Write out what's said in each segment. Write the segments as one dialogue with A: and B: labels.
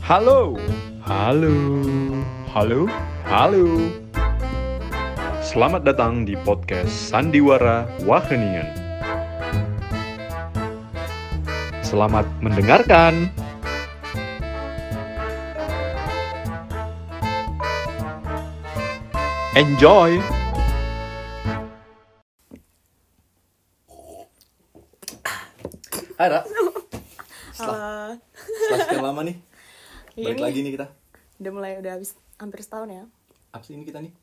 A: Halo, halo, halo, halo. Selamat datang di podcast Sandiwara Wageningen. Selamat mendengarkan. Enjoy.
B: Hai Ra,
C: Halo.
B: setelah sekian lama nih, balik
C: Ini
B: lagi nih kita.
C: udah habis hampir setahun ya.
B: Apa sih ini kita nih?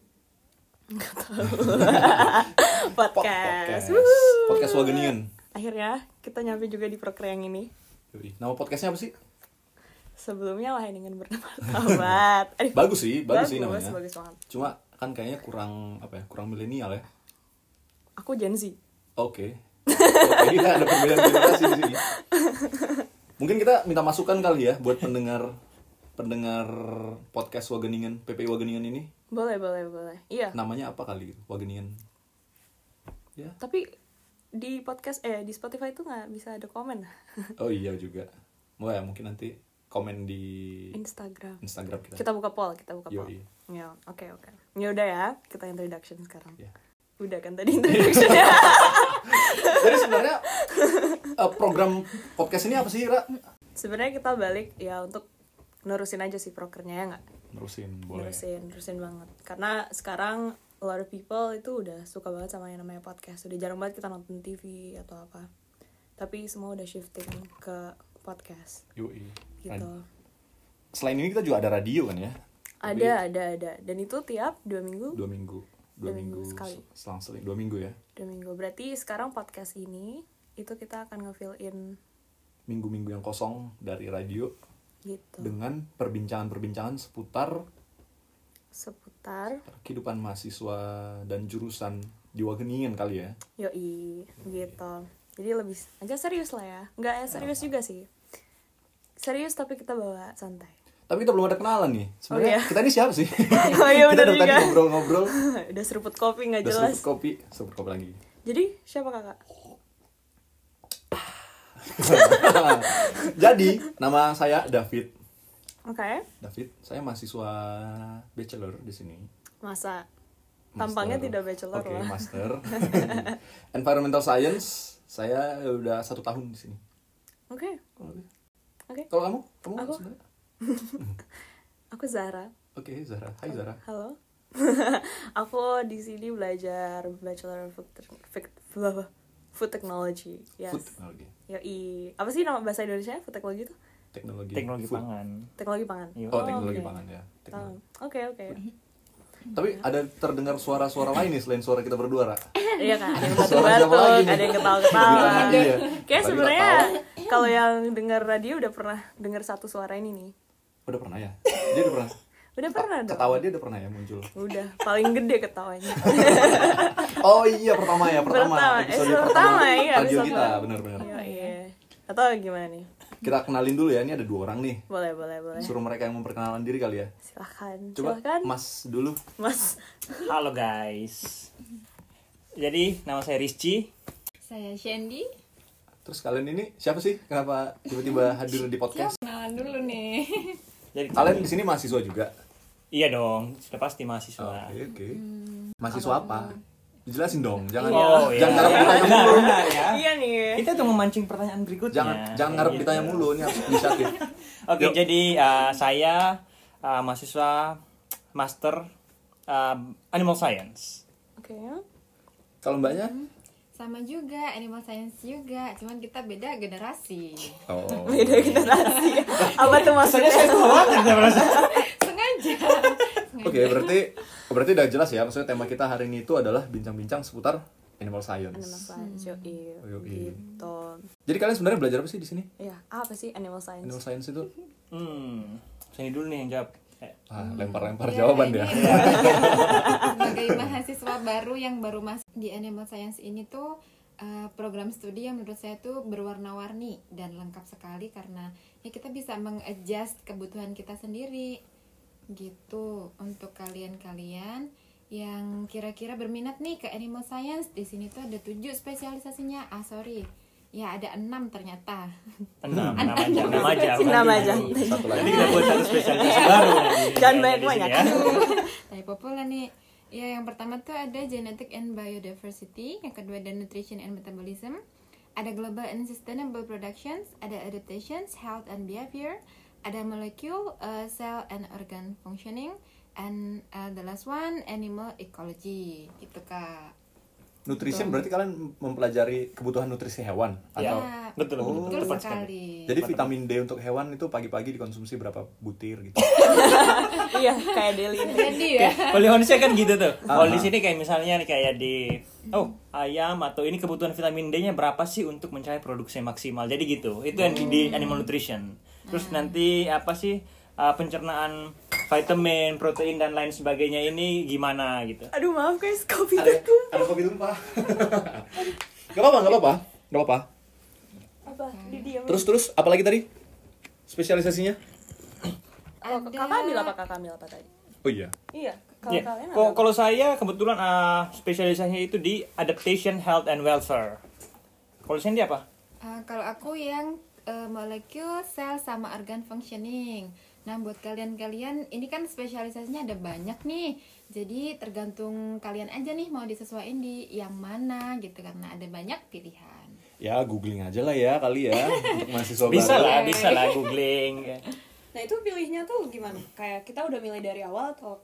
C: Podcast.
B: Podcast Wageningen.
C: Akhirnya kita nyampe juga di proker yang ini.
B: Yoi. Nama podcastnya apa sih?
C: Sebelumnya Wageningen bermartabat.
B: Bagus sih namanya.
C: Bagus banget.
B: Cuma kan kayaknya kurang milenial ya.
C: Aku Gen Z.
B: Oke, kita ada perbedaan generasi di sini. Mungkin kita minta masukan kali ya buat pendengar podcast Wageningen, PPI Wageningen ini.
C: Boleh. Iya.
B: Namanya apa kali gitu? Wageningen. Ya.
C: Tapi di podcast di Spotify itu nggak bisa ada komen.
B: Oh iya juga. Wah, mungkin nanti komen di
C: Instagram
B: kita.
C: Kita buka poll.
B: Yoi.
C: Ya, oke. Ya udah ya, kita introduction sekarang.
B: Ya.
C: Udah kan tadi introduction-nya.
B: Jadi sebenarnya program podcast ini apa sih, Ra?
C: Sebenarnya kita balik ya untuk nerusin aja sih prokernya ya nggak?
B: Nerusin, boleh.
C: Nerusin banget. Karena sekarang a lot of people itu udah suka banget sama yang namanya podcast. Udah jarang banget kita nonton TV atau apa. Tapi semua udah shifting ke podcast.
B: Yoi.
C: Gitu.
B: Selain ini kita juga ada radio kan ya?
C: Ada. Dan itu tiap 2 minggu.
B: 2 minggu. 2 minggu
C: sekali.
B: Selang-seling 2 minggu ya.
C: 2 minggu. Berarti sekarang podcast ini itu kita akan nge-fill in
B: Minggu-minggu yang kosong dari radio
C: gitu.
B: dengan perbincangan-perbincangan seputar kehidupan mahasiswa dan jurusan di Wageningen kali ya.
C: Yoi, gitu. Jadi lebih agak serius lah ya. Nggak serius juga sih. Serius tapi kita bawa santai.
B: Tapi kita belum ada kenalan nih. Sebenarnya kita ini siapa sih?
C: Oh iya
B: Kita
C: benar
B: dari tadi
C: juga.
B: ngobrol-ngobrol.
C: Udah seruput kopi nggak
B: Udah
C: jelas.
B: seruput kopi lagi.
C: Jadi siapa kakak?
B: Jadi, nama saya David.
C: Oke.
B: David, saya mahasiswa bachelor di sini.
C: Masa tampangnya
B: Master.
C: tidak bachelor
B: Oke,
C: lah.
B: master. Environmental Science. Saya udah 1 tahun di sini.
C: Oke.
B: Kalau kamu
C: Aku?
B: sebenarnya?
C: Aku Zara.
B: Oke, Zara. Hai Zara.
C: Halo. Aku di sini belajar Bachelor Food Technology. Yes.
B: Food technology.
C: Yoi. Apa sih nama bahasa Indonesia food technology itu?
B: Teknologi
D: Food. Pangan.
C: Teknologi pangan.
D: Iya.
B: Oh, teknologi
C: oke.
B: pangan ya. Teknologi.
C: Oke.
B: Tapi ada terdengar suara-suara lain nih selain suara kita berdua, Ra.
C: Iya kan, ada yang
B: Suara siapa lagi
C: batuk-batuk,
B: nih?
C: ada yang ketawa-ketawa.
B: Iya.
C: Kayak
B: Tadi
C: sebenarnya
B: ketawa.
C: kalau yang dengar radio udah pernah dengar satu suara ini nih.
B: Udah pernah ya? Dia udah pernah.
C: Udah pernah dong.
B: Ketawa dia udah pernah ya muncul.
C: Udah, paling gede ketawanya.
B: Oh iya, pertama episode pertama
C: iya,
B: radio
C: episode
B: kita,
C: pertama.
B: benar-benar.
C: Iya. Atau gimana nih?
B: Kita kenalin dulu ya, ini ada 2 orang nih.
C: Boleh.
B: Suruh mereka yang memperkenalkan diri kali ya. Coba
C: Silahkan.
B: Mas dulu.
C: Mas.
D: Halo guys. Jadi nama saya Rizky.
E: Saya Shandy.
B: Terus kalian ini siapa sih? Kenapa tiba-tiba hadir di podcast?
E: Kenalan dulu nih.
D: Jadi
B: Kalian di sini mahasiswa juga?
D: Iya dong, sudah pasti mahasiswa.
B: Oke. Mahasiswa apa? Dijelasin dong, jangan
D: Oh, iya.
B: jangan ngarep ditanya mulu.
D: Benar ya.
C: Iya nih.
D: Kita tuh memancing pertanyaan berikutnya.
B: Jangan ngarep
D: Gitu.
B: ditanya mulu, ini harus inisiatif.
D: Oke,
B: Yuk.
D: jadi saya mahasiswa master Animal Science.
C: Oke.
B: Kalau Mbaknya?
E: Sama juga, animal science juga. Cuman kita beda generasi.
B: Oh.
C: Beda generasi. Apa tuh maksudnya?
E: Sengaja.
B: Oke, berarti udah jelas ya. Maksudnya tema kita hari ini itu adalah bincang-bincang seputar animal science.
C: Animal science, yoi.
B: Yoi.
C: Gitu.
B: Jadi kalian sebenarnya belajar apa sih di sini?
C: Iya, apa sih animal science?
B: Animal science itu
D: Sini dulu nih yang jawab.
B: lempar-lempar
E: Ya,
B: jawaban
E: ini
B: ya.
E: Sebagai mahasiswa baru yang baru masuk di animal science ini tuh program studi yang menurut saya tuh berwarna-warni dan lengkap sekali karena ya kita bisa mengadjust kebutuhan kita sendiri gitu. Untuk kalian-kalian yang kira-kira berminat nih ke animal science, di sini tuh ada 7 spesialisasinya. Ya ada 6 ternyata.
D: 6 aja.
C: Enam aja.
B: Satu lagi.
D: Jadi kita buat satu spesialisasi baru.
C: Jangan banyak-banyak.
D: Ya.
E: Typo pula nih. Ya yang pertama tuh ada genetic and biodiversity, yang kedua ada nutrition and metabolism, ada global and sustainable productions, ada adaptations, health and behavior, ada molecule, cell and organ functioning, and the last one animal ecology. Gitu Kak.
B: Nutrition berarti kalian mempelajari kebutuhan nutrisi hewan atau
E: Ya,
D: Betul,
E: betul
D: tepat
E: sekali.
B: jadi vitamin D untuk hewan itu pagi-pagi dikonsumsi berapa butir gitu.
C: Iya, kayak Deli.
E: Jadi ya.
D: Kalau di Indonesia kan gitu tuh. Kalau di sini kayak misalnya nih, kayak di ayam atau ini kebutuhan vitamin D-nya berapa sih untuk mencapai produksi maksimal. Jadi gitu. Itu yang di animal nutrition. Terus nanti apa sih pencernaan vitamin, protein dan lain sebagainya ini gimana gitu.
C: Aduh maaf guys, kopi
B: Ada
C: tertumpah.
B: kopi tumpah. Gak apa-apa.
C: Apa? Didiam.
B: Terus apalagi tadi spesialisasinya?
C: Oh, kakak ambil apa tadi?
B: Oh iya.
C: Iya, kalau
D: Ya,
C: kalian
D: kalau saya kebetulan spesialisasinya itu di adaptation, health and welfare. Kalau Sandy apa?
E: Kalau aku yang molecule, sel sama organ functioning. Nah, buat kalian-kalian ini kan spesialisasinya ada banyak nih. Jadi tergantung kalian aja nih mau disesuaiin di yang mana gitu, karena ada banyak pilihan.
B: Ya googling aja lah ya kali ya untuk mahasiswa
D: Bisa
B: baru.
D: lah googling.
C: Nah itu pilihnya tuh gimana? Kayak kita udah milih dari awal atau?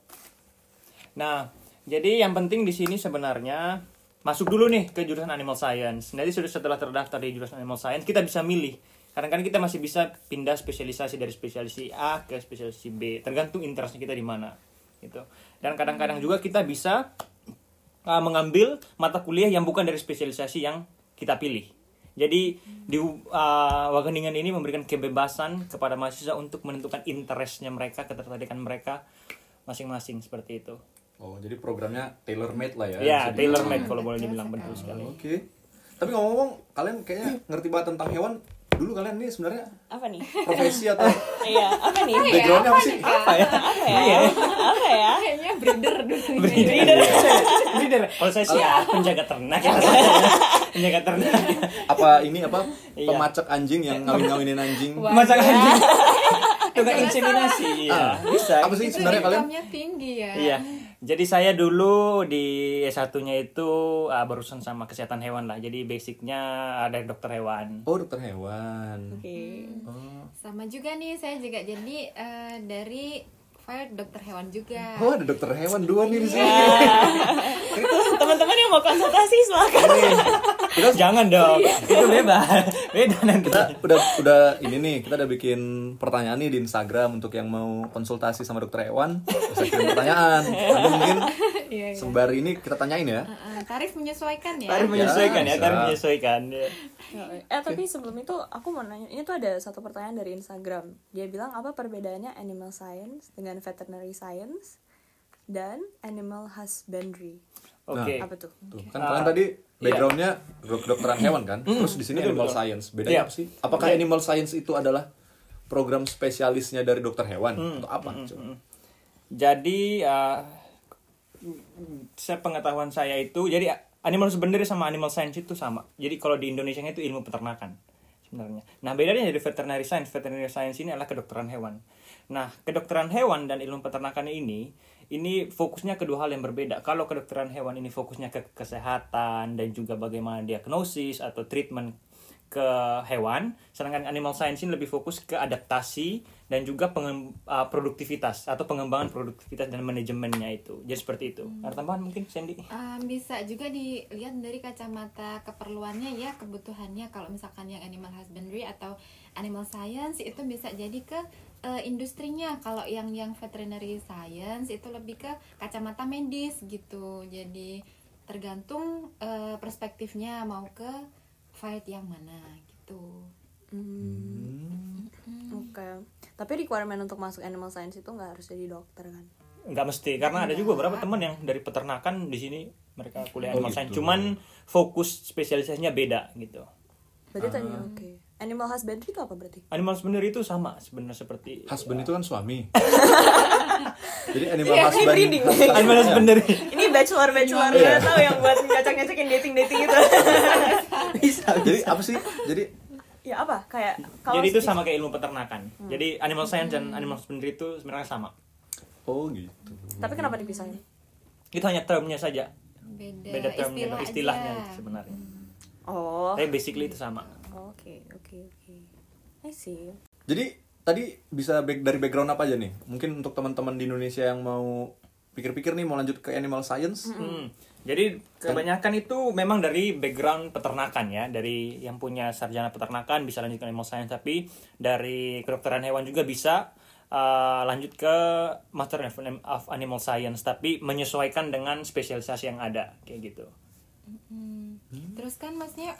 D: Nah, jadi yang penting di sini sebenarnya masuk dulu nih ke jurusan animal science. Nanti setelah terdaftar di jurusan animal science, kita bisa milih. Kadang-kadang kita masih bisa pindah spesialisasi dari spesialisasi A ke spesialisasi B, tergantung interestnya kita di mana, gitu. Dan kadang-kadang juga kita bisa mengambil mata kuliah yang bukan dari spesialisasi yang kita pilih. Jadi di Wageningen ini memberikan kebebasan kepada mahasiswa untuk menentukan interestnya mereka, ketertarikan mereka masing-masing seperti itu.
B: Oh, jadi programnya tailor made lah ya.
D: Ya,
B: bisa
D: tailor
B: dibilang.
D: made kalau boleh dibilang, betul sekali.
B: Oke. Tapi ngomong-ngomong, kalian kayaknya ngerti banget tentang hewan. Dulu kalian ini sebenarnya
C: Apa nih?
B: profesi atau
C: Iya, apa nih?
B: backgroundnya apa sih?
D: Apa ya?
C: Apa ya?
E: Kayaknya breeder dulu.
D: Breeder. Kalau saya sih penjaga ternak ya. Penjaga ternak.
B: Apa ini apa
D: Iya.
B: pemacak anjing yang ngawin-ngawinin anjing?
D: Masak anjing. Tukang inseminasi. Iya, bisa.
B: Apa sih
E: Itu
B: sebenarnya kalian?
E: income-nya tinggi ya.
D: Iya. Jadi saya dulu di S1-nya itu berurusan sama kesehatan hewan lah. Jadi basicnya ada dokter hewan.
B: Oh, dokter hewan.
C: Oke.
B: Oh.
E: Sama juga nih, saya juga jadi dari Fire dokter hewan juga.
B: Oh, ada dokter hewan dua nih di sini.
C: Teman-teman yang mau konsultasi silakan.
B: Kita
D: Jangan dong. Itu bebas. Beda nanti.
B: kita udah ini nih, kita udah bikin pertanyaan nih di Instagram untuk yang mau konsultasi sama dokter hewan, bisa kirim pertanyaan. Nanti mungkin
E: Iya, iya.
B: sembari ini kita tanyain ya.
E: Tarif menyesuaikan ya.
D: Tarif menyesuaikan ya,
B: bisa.
D: tarif menyesuaikan.
C: Tapi sebelum itu aku mau nanya, ini tuh ada satu pertanyaan dari Instagram. Dia bilang apa perbedaannya animal science dengan veterinary science dan animal husbandry?
D: Oke.
C: Apa tuh?
B: Tuh, kan kalian tadi backgroundnya kedokteran hewan kan, terus di sini
D: Betul,
B: animal
D: betul.
B: science. Bedanya
D: Iya.
B: apa sih? Apakah animal science itu adalah program spesialisnya dari dokter hewan atau apa? Coba.
D: Jadi sepengetahuan saya itu, jadi animal husbandry sama animal science itu sama. Jadi kalau di Indonesia itu ilmu peternakan sebenarnya. Nah, bedanya dari veterinary science ini adalah kedokteran hewan. Nah, kedokteran hewan dan ilmu peternakan ini fokusnya kedua hal yang berbeda. Kalau kedokteran hewan ini fokusnya ke kesehatan dan juga bagaimana diagnosis atau treatment ke hewan, sedangkan animal science ini lebih fokus ke adaptasi dan juga produktivitas atau pengembangan produktivitas dan manajemennya itu. Jadi seperti itu. Ada tambahan mungkin, Sandy?
E: Bisa juga dilihat dari kacamata keperluannya ya, kebutuhannya. Kalau misalkan yang animal husbandry atau animal science itu bisa jadi ke industrinya. Kalau yang veterinary science itu lebih ke kacamata medis gitu. Jadi tergantung perspektifnya mau ke fight yang mana gitu.
C: Oke. Tapi requirement untuk masuk animal science itu nggak harus jadi dokter kan?
D: Nggak mesti, karena ada juga beberapa teman yang dari peternakan di sini mereka kuliah animal
B: gitu.
D: science, cuman fokus spesialisasinya beda gitu.
C: Berarti tadi oke. Animal husbandry itu apa berarti?
D: Animal husbandry itu sama sebenarnya seperti
B: Husband itu kan suami. Jadi animal
C: Iya,
B: husband.
C: breeding.
D: animal husbandry.
C: Ini bachelor
B: Iya.
C: tahu yang buat ngacak-ngacakin dating gitu. Bisa.
B: Jadi apa sih? Jadi
C: Ya apa? Kayak kalau
D: Jadi itu sama kayak ilmu peternakan. Jadi animal science dan animal husbandry itu sebenarnya sama.
B: oh gitu.
C: Tapi kenapa dipisahin?
D: Itu hanya termnya saja.
E: beda
D: Beda termnya, istilahnya
E: aja.
D: sebenarnya.
C: Oh.
D: Tapi basically itu sama.
C: Oke. I see.
B: Jadi tadi bisa dari background apa aja nih? Mungkin untuk teman-teman di Indonesia yang mau pikir-pikir nih mau lanjut ke animal science.
D: Jadi kebanyakan itu memang dari background peternakan ya, dari yang punya sarjana peternakan bisa lanjut ke animal science, tapi dari kedokteran hewan juga bisa lanjut ke Master of Animal Science, tapi menyesuaikan dengan spesialisasi yang ada kayak gitu.
E: Terus kan maksudnya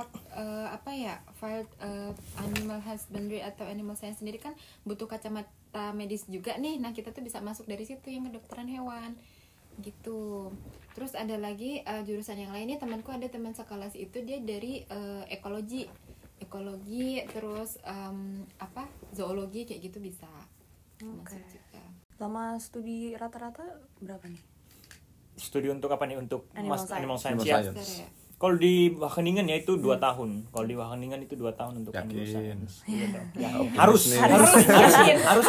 E: file animal husbandry atau animal science sendiri kan butuh kacamata medis juga nih. Nah, kita tuh bisa masuk dari situ yang kedokteran hewan gitu. Terus ada lagi jurusan yang lainnya, temanku ada teman sekelas itu dia dari ekologi terus zoologi kayak gitu bisa masuk juga.
C: Lama studi rata-rata berapa nih?
D: Studi untuk apa nih? Untuk
C: Animal
D: Animal
C: Science.
D: Science ya.
B: Animal
E: Master ya.
D: Kalau di Wageningen ya itu 2 tahun. Kalau di Wageningen itu 2 tahun untuk
B: Yakin?
D: Animal Science. Gitu. Ya,
B: Oke,
D: harus.
B: nih.
D: Harus.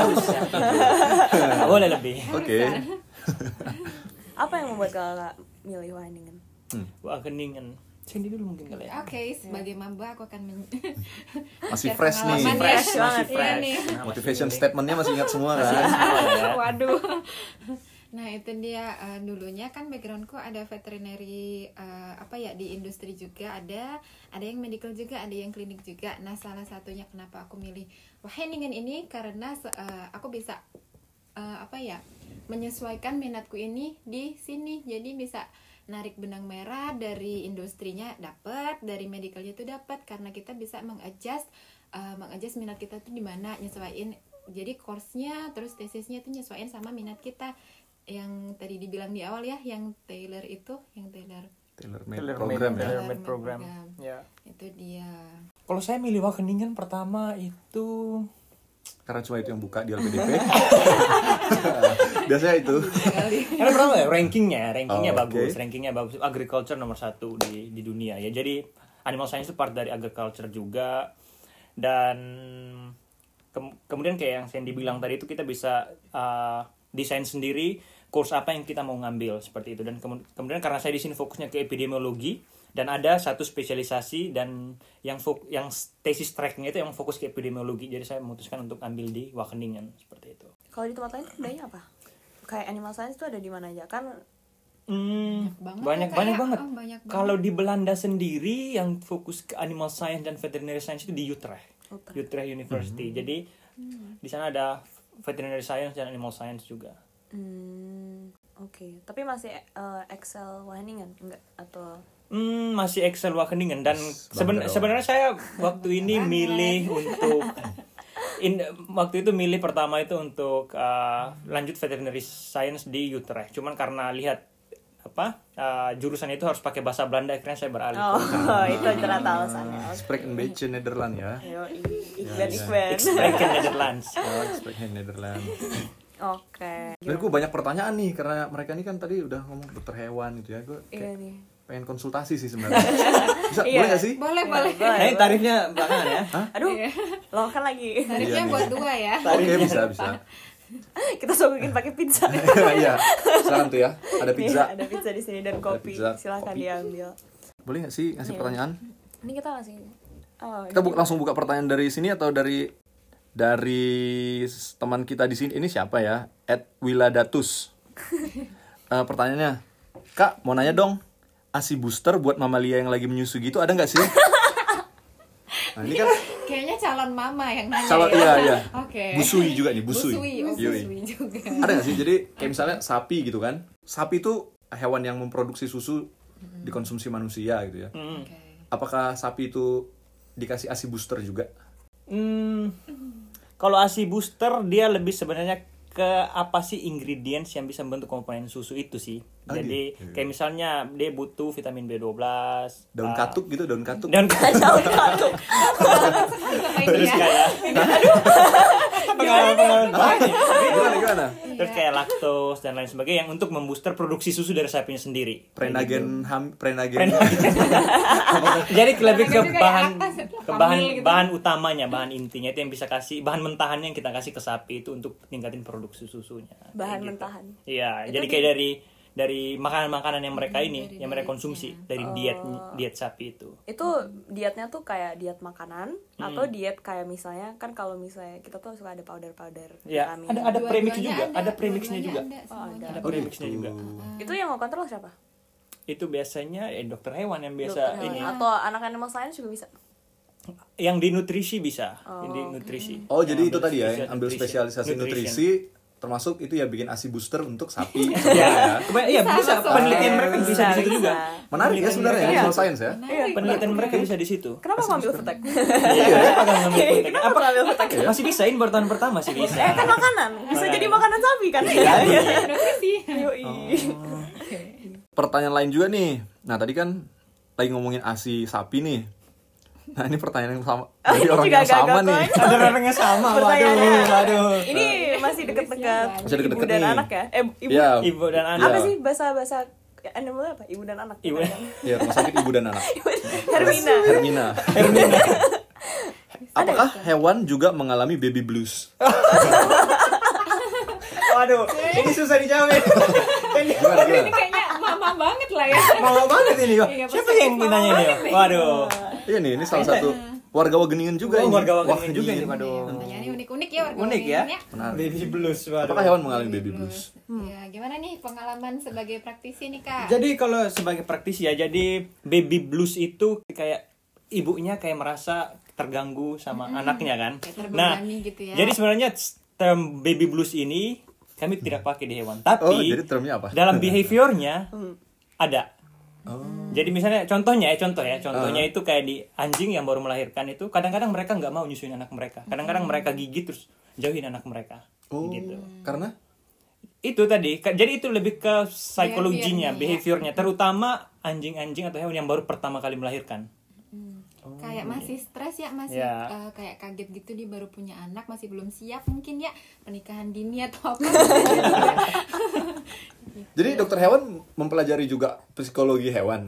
D: Nggak boleh lebih.
B: Oke.
C: Apa yang membuat kakak milih Wageningen?
D: Wageningen. Sini dulu mungkin kali ya.
E: Oke, sebagai maba aku akan
B: Masih
E: share
B: fresh nih.
E: pengalaman
C: Fresh
E: ya.
C: banget,
D: Masih
E: Iya
D: fresh.
E: nih.
B: Motivation statementnya masih ingat semua kan?
E: Waduh. Nah, itu dia dulunya kan backgroundku ada veterinary di industri juga ada yang medical juga, ada yang klinik juga. Nah, salah satunya kenapa aku milih Wageningen ini karena aku bisa menyesuaikan minatku ini di sini. Jadi bisa narik benang merah dari industrinya dapat, dari medicalnya itu dapat karena kita bisa mengadjust minat kita tuh di mana, nyesuaiin. Jadi course-nya terus tesisnya itu nyesuaiin sama minat kita. Yang tadi dibilang di awal ya, yang tailor-made
B: program ya.
D: Tailor-made program. Ya.
E: Itu dia.
D: Kalau saya milih Wageningen pertama itu
B: Karena cuma itu yang buka di LPDP. Biasanya itu.
D: karena pertama ya, rankingnya
B: Oh,
D: bagus,
B: oke.
D: rankingnya bagus. Agriculture nomor 1 di dunia ya. Jadi animal science itu part dari agriculture juga. Dan kemudian kayak yang Sandy bilang tadi itu kita bisa desain sendiri course apa yang kita mau ngambil seperti itu. Dan kemudian karena saya di sini fokusnya ke epidemiologi dan ada satu spesialisasi dan yang tesis tracknya itu yang fokus ke epidemiologi. Jadi saya memutuskan untuk ambil di Wageningen seperti itu.
C: Kalau di tempat lain tuh bedanya apa? Kayak animal science tuh ada di mana aja? Kan
D: Banyak banget.
E: Oh, banyak banget.
D: Kalau di Belanda sendiri yang fokus ke animal science dan veterinary science itu di Utrecht. Utrecht University. Jadi di sana ada veterinary science dan animal science juga.
C: Oke. Tapi masih Excel Wageningen enggak atau
D: Masih Excel Wageningen dan
B: Bangga dong.
D: sebenarnya saya waktu ini milih untuk waktu itu milih pertama itu untuk lanjut veterinary science di Utrecht. Cuman karena lihat jurusan itu harus pakai bahasa Belanda, akhirnya saya beralih.
C: itu ternyata alasannya.
B: Sprek and Beetje Nederland ya.
C: Ikban.
D: Spreken Netherlands.
B: Sprek and Nederland.
C: Oke.
B: Dan gue banyak pertanyaan nih karena mereka ini kan tadi udah ngomong dokter hewan gitu ya. Gue
C: Iya nih.
B: pengen konsultasi sih sebenarnya. Bisa
C: Iya.
B: boleh gak sih?
E: Boleh.
D: Tarifnya belakangan ya.
C: Aduh, lo kan lagi.
E: Tarifnya
B: Iya,
E: buat
B: nih.
E: 2 ya.
B: Oke, bisa.
C: Kita sogokin pakai pizza.
B: Iya, silakan tuh ya. Ada pizza.
C: Nih, ada pizza di sini dan kopi.
B: pizza,
C: Silakan
B: kopi.
C: diambil.
B: Boleh gak sih ngasih
C: Iya.
B: pertanyaan?
C: Ini kita ngasih. Oh,
B: Kita langsung buka pertanyaan dari sini atau dari teman kita di sini. Ini siapa ya? @wiladatus. Pertanyaannya, Kak, mau nanya dong. ASI booster buat mamalia yang lagi menyusui gitu ada nggak sih? Nah, ini kan
E: Kayaknya calon mama yang nanya
B: calon
E: ya.
B: iya.
E: Oke.
B: Busui juga nih, busui. Yoi.
E: Busui juga.
B: Ada nggak sih? Jadi kayak misalnya sapi gitu kan. Sapi itu hewan yang memproduksi susu dikonsumsi manusia gitu ya.
E: Oke.
B: Apakah sapi itu dikasih ASI booster juga?
D: Kalau ASI booster dia lebih sebenarnya ke apa sih ingredients yang bisa membentuk komponen susu itu sih. Jadi
B: gitu.
D: kayak misalnya dia butuh vitamin B12,
B: Daun katuk gitu, daun katuk.
D: daun katuk. Terus kayak pengalaman banyak.
B: Gimana?
D: Terus kayak laktos dan lain sebagainya yang untuk membooster produksi susu dari sapinya sendiri.
B: Prenagen
D: Jadi lebih ke
E: Prenagen juga
D: bahan
E: ya, atas,
D: ke
E: hamil
D: bahan
E: gitu.
D: bahan utamanya, bahan intinya itu yang bisa kasih bahan mentahannya yang kita kasih ke sapi itu untuk tingkatin produksi susunya.
C: Bahan
D: Kayak gitu.
C: mentahan.
D: Iya,
C: Itu
D: jadi kayak dari makanan-makanan yang mereka ini,
E: dari
D: yang mereka
E: dietnya.
D: konsumsi dari diet sapi itu.
C: Itu dietnya tuh kayak diet makanan atau diet kayak misalnya kan kalau misalnya kita tuh suka ada powder
D: Ya,
C: vitamin.
D: ada premix
E: Dua-duanya
D: juga, ada premixnya
E: dua-duanya
D: juga.
E: ada semuanya.
D: Ada
B: Oh,
D: premixnya
B: gitu.
D: juga.
C: Itu yang mau kontrol siapa?
D: Itu biasanya dokter hewan yang biasa
C: Dokter
D: ini.
C: hewan. Atau anak animal science juga bisa.
D: Yang di nutrisi bisa, yang di nutrisi.
B: Oh, jadi
D: Yang
B: itu tadi ya,
D: spesial-
B: ambil spesialisasi
D: nutrition.
B: nutrisi, termasuk itu ya bikin ASI booster untuk sapi.
D: Ya, iya bisa.
E: masuk.
D: Penelitian mereka bisa di situ juga.
B: Menarik ya sebenarnya
C: Iya.
B: animal science ya.
D: Penelitian mereka bisa di situ.
C: Kenapa ngambil fotek?
D: Iya, apakah ngambil kontak?
C: Kenapa ngambil fotek?
D: Masih bisa, ini baru tahun pertama sih bisa.
C: Kan makanan, bisa jadi makanan sapi kan? Iya.
E: Nutrisi.
C: Yoi.
B: Pertanyaan lain juga nih. Nah, tadi kan lagi ngomongin ASI sapi nih. Nah, ini pertanyaan yang sama dari
C: Ini
B: orang
C: juga
B: yang sama
C: agak-agak
B: nih.
C: konyol.
D: Ada orangnya sama,
C: Pertanyaannya.
D: waduh.
C: Ini masih deket-deket
B: Masih deket-deket
C: ibu dan
B: nih.
C: anak ya? Ibu.
B: Iya.
D: Ibu dan anak.
C: Apa
B: Iya.
C: sih bahasa animal apa? Ibu dan anak.
D: Ibu.
B: Iya, rumah sakit ibu dan anak.
C: Hermina.
B: Hermina. Apakah hewan juga mengalami baby blues?
D: Waduh, ini susah dijawab.
B: Gimana?
E: Ini kayaknya mama banget lah ya.
D: Mau banget ini kok.
E: Iya,
D: Siapa
E: pasti
D: yang
E: mau
D: nanya ini?
E: banget nih.
D: Waduh.
B: Iya nih, ini salah satu warga Wageningen juga
D: Oh,
B: ini.
D: warga Wageningen juga ini,
B: Wageningen.
D: waduh.
E: Pertanyaannya unik-unik ya warga
D: Unik ya.
E: Wageningen
B: Menarik.
D: Baby blues, waduh.
B: Apakah hewan mengalami baby blues?
E: Ya, gimana nih pengalaman sebagai praktisi nih Kak?
D: Jadi kalau sebagai praktisi ya, jadi baby blues itu kayak ibunya kayak merasa terganggu sama anaknya kan.
E: Kayak
D: Nah,
E: terbebani gitu ya.
D: jadi sebenarnya term baby blues ini kami tidak pakai di hewan, tapi
B: Oh, jadi termnya apa?
D: dalam behaviornya ada. Jadi misalnya contohnya itu kayak di anjing yang baru melahirkan itu kadang-kadang mereka nggak mau nyusuin anak mereka. Kadang-kadang mereka gigit terus jauhin anak mereka.
B: Oh,
D: Gitu.
B: karena?
D: Itu tadi, jadi itu lebih ke psikologinya,
E: Behaviornya,
D: behaviornya, terutama anjing-anjing atau hewan yang baru pertama kali melahirkan.
E: Kayak masih stres ya, masih
D: Ya.
E: kayak kaget gitu dia baru punya anak, masih belum siap mungkin ya pernikahan dini atau apa.
B: Jadi dokter hewan mempelajari juga psikologi hewan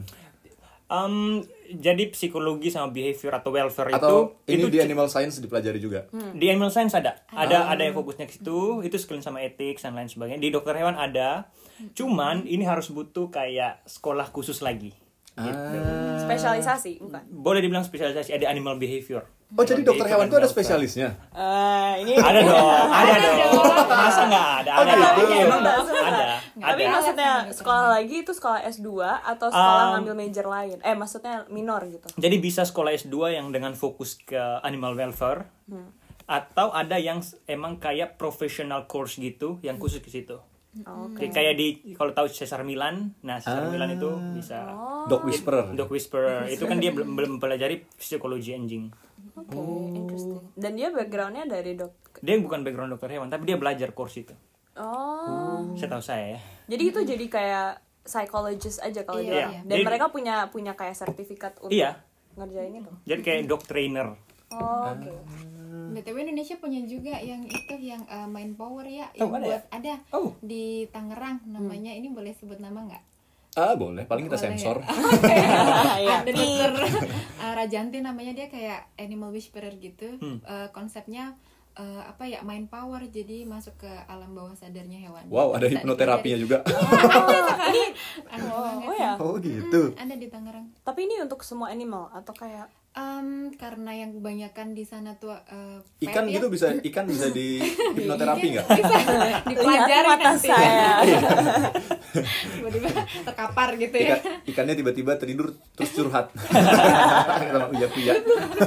D: Jadi psikologi sama behavior atau welfare
B: atau ini
D: itu
B: di animal science dipelajari juga?
D: di animal science ada yang fokusnya ke situ, itu sekalian sama etik dan lain sebagainya. Di dokter hewan ada, cuman ini harus butuh kayak sekolah khusus lagi. Gitu.
C: Spesialisasi bukan?
D: Boleh dibilang spesialisasi, ada animal behavior.
B: Oh, jadi dokter hewan itu ada spesialisnya?
C: Ini
D: Ada dong, ada dong. Masa nggak ada?
B: Oh,
D: Ada.
B: gitu.
D: Emang ada.
C: Tapi
D: Ada.
C: maksudnya
E: Sama gitu.
C: sekolah lagi itu sekolah S2 atau sekolah ngambil major lain? Maksudnya minor gitu.
D: Jadi bisa sekolah S2 yang dengan fokus ke animal welfare, atau ada yang emang kayak professional course gitu yang khusus ke situ. Jadi kayak kalau tahu Cesar Milan, nah Cesar Milan itu bisa
B: Dog whisperer.
D: Dog Whisperer itu kan dia belum mempelajari psikologi anjing.
C: Oke, interesting. Dan dia backgroundnya dari
D: Dia bukan background dokter hewan, tapi dia belajar course itu.
C: Oh.
D: Setahu saya ya.
C: Jadi itu jadi kayak psychologist aja kalau
E: Iya,
C: dia.
E: iya.
C: Dan
D: Jadi-
C: mereka punya kayak sertifikat untuk
D: Iya.
C: ngerjain itu.
D: Jadi kayak dog trainer.
C: Oh, oke.
E: BTW Indonesia punya juga yang itu yang Mind Power ya,
D: Oh,
E: yang
D: ada ya?
E: buat ada
D: Oh.
E: di Tangerang namanya ini boleh sebut nama nggak?
B: Ah, boleh. Paling kita
E: Boleh
B: sensor.
C: Iya.
E: Ada dokter Rajanti namanya, dia kayak animal whisperer gitu. Konsepnya apa ya, mind power, jadi masuk ke alam bawah sadarnya hewan.
B: Wow, ada
E: Bisa
B: hipnoterapinya juga.
E: dipelajari. Aneh banget.
C: Oh ya.
B: Oh, gitu.
E: Ada di Tangerang.
C: Tapi ini untuk semua animal atau kayak
E: Karena yang kebanyakan di sana tuh
B: Ikan
E: pet ya.
B: gitu bisa di hipnoterapi nggak?
E: Bisa dipelajari
C: Lihat mata
E: nanti.
C: saya.
E: Tiba-tiba terkapar gitu ya.
B: Ikannya tiba-tiba tertidur terus curhat sama uya-uya.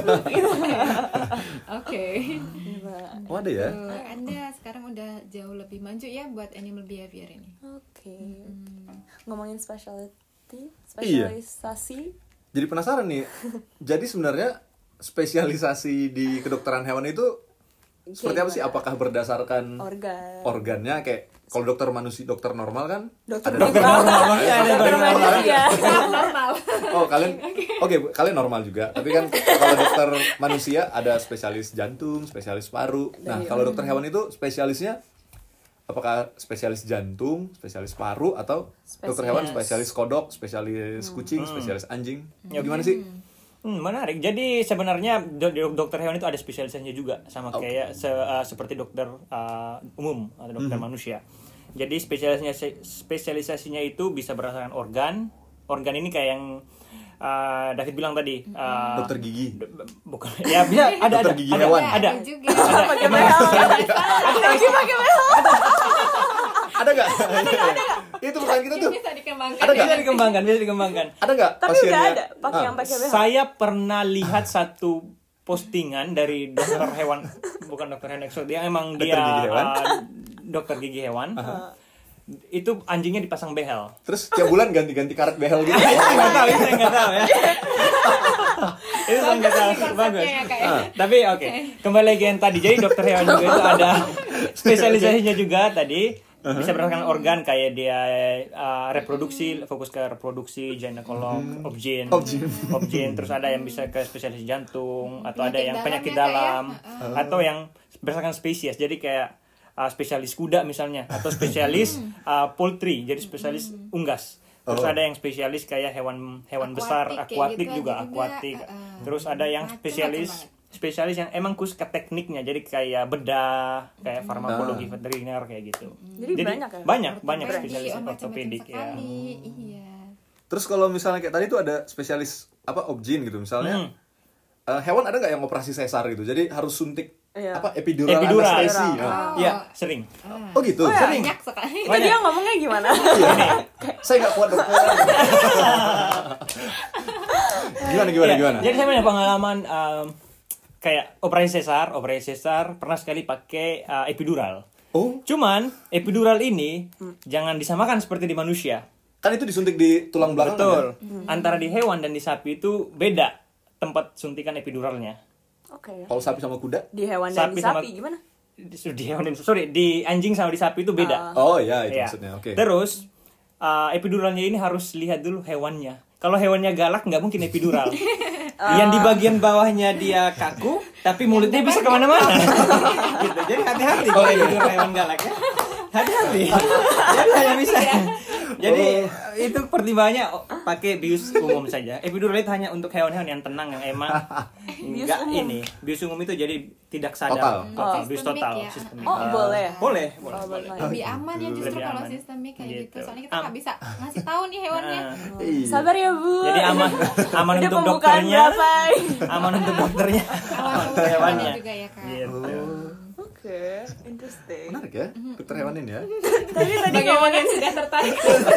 E: Oke.
B: Oh, ada ya?
E: Anda sekarang udah jauh lebih maju ya buat animal behavior ini.
C: Oke. Ngomongin
B: Iya.
C: spesialisasi.
B: Jadi penasaran nih. Jadi sebenarnya spesialisasi di kedokteran hewan itu seperti apa sih? Apakah berdasarkan organnya kayak kalau dokter manusia, dokter normal kan?
C: Dokter
D: normal.
E: Normal.
B: Oh, kalian normal juga. Tapi kan kalau dokter manusia ada spesialis jantung, spesialis paru. Nah, kalau dokter hewan itu spesialisnya apakah spesialis jantung, spesialis paru, atau dokter hewan spesialis kodok, spesialis kucing, spesialis anjing? Gimana sih?
D: Menarik. Jadi sebenarnya dokter hewan itu ada spesialisasinya juga sama kayak seperti dokter umum atau dokter manusia. Jadi spesialisasinya itu bisa berdasarkan organ. Organ ini kayak yang David bilang tadi.
B: Dokter gigi.
D: Bukan. Ya bisa ada
B: dokter gigi hewan.
D: Ada.
E: Juga.
C: Pakai behel.
B: Ada nggak? Itu bukan kita tuh.
E: Bisa dikembangkan.
B: Ada nggak?
D: Bisa dikembangkan.
B: Ada nggak
C: Tapi
B: pasien
C: udah
B: yang-
C: ada pakai yang pakai behel.
D: Saya pernah lihat satu postingan dari dokter hewan, bukan dokter hewan eksotik, yang emang
B: Dokter
D: dia
B: gigi hewan?
D: dokter gigi hewan. Itu anjingnya dipasang behel.
B: Terus tiap bulan ganti-ganti karet behel gitu.
D: Nggak tahu, itu saya nggak tahu ya. Itu saya nggak tahu, bagus.
E: Ya, Kak, ya.
D: Tapi oke, kembali lagi yang tadi. Jadi dokter hewan juga itu ada spesialisasinya juga tadi. Bisa berdasarkan organ kayak dia reproduksi, fokus ke reproduksi, ginekolog, obgyn, terus ada yang bisa ke spesialis jantung, atau ada yang penyakit dalam, atau yang berdasarkan spesies. Jadi kayak spesialis kuda misalnya, atau spesialis poultry, jadi spesialis unggas. Terus ada yang spesialis kayak hewan besar, akuatik
E: gitu
D: juga
E: ada
D: akuatik. Terus ada yang
E: macam-macam
D: spesialis yang emang khusus ke tekniknya, jadi kayak bedah, kayak farmakologi veteriner kayak gitu.
C: Jadi banyak ya?
D: Banyak spesialis
E: macam-macam
D: ortopedik ya.
E: sekali. Iya.
B: Terus kalau misalnya kayak tadi tuh ada spesialis obgyn gitu misalnya. Hewan ada nggak yang operasi sesar gitu? Jadi harus suntik epidural anestesi.
D: Iya, sering.
B: Oh gitu.
D: Sering.
E: Banyak sekali.
C: Itu dia ngomongnya gimana?
B: Saya nggak kuat dokter.
D: Iya,
B: Gimana?
D: Jadi saya punya pengalaman kayak operasi sesar pernah sekali pakai epidural.
B: Oh,
D: Cuman epidural ini jangan disamakan seperti di manusia.
B: kan itu disuntik di tulang belakang.
D: Betul.
B: Kan?
D: Antara di hewan dan di sapi itu beda tempat suntikan epiduralnya.
C: Oke.
B: Kalau sapi sama kuda?
C: Di hewan dan di
D: Sapi
C: sapi gimana?
D: Di hewan dan di anjing sama di sapi itu beda.
B: Oh ya, itu
D: Iya.
B: maksudnya. Oke.
D: Terus epiduralnya ini harus lihat dulu hewannya. Kalau hewannya galak nggak mungkin epidural. Yang di bagian bawahnya dia kaku, tapi mulutnya bisa kemana-mana. Gitu. Jadi hati-hati kalau epidural hewan galak ya. Hati-hati. Jadi hanya bisa. Jadi itu pertimbangannya pakai bius umum saja. Epidural itu hanya untuk hewan-hewan yang tenang, yang emang enggak ini. Bius umum itu jadi tidak sadar.
B: Total.
D: Bius
E: Sistemik
D: total.
E: ya.
D: Sistemik.
C: Oh, boleh.
D: Boleh.
E: Lebih aman ya justru
D: Lebih
E: kalau
D: aman.
E: sistemik kayak gitu.
D: Gitu.
E: Soalnya kita nggak bisa ngasih tahu nih hewannya.
B: Iya.
C: Sabar ya, Bu.
D: Jadi aman
C: Udah
D: untuk
C: pembukaan
D: dokternya,
C: berapa?
D: aman untuk dokternya, aman untuk hewannya.
E: Juga ya Kak.
D: Gitu.
C: Oke, interesting.
B: Menarik ya, dokter hewan ini ya.
C: Tapi tadi
E: Bagaimana
C: ngomongin
E: sudah tertarik?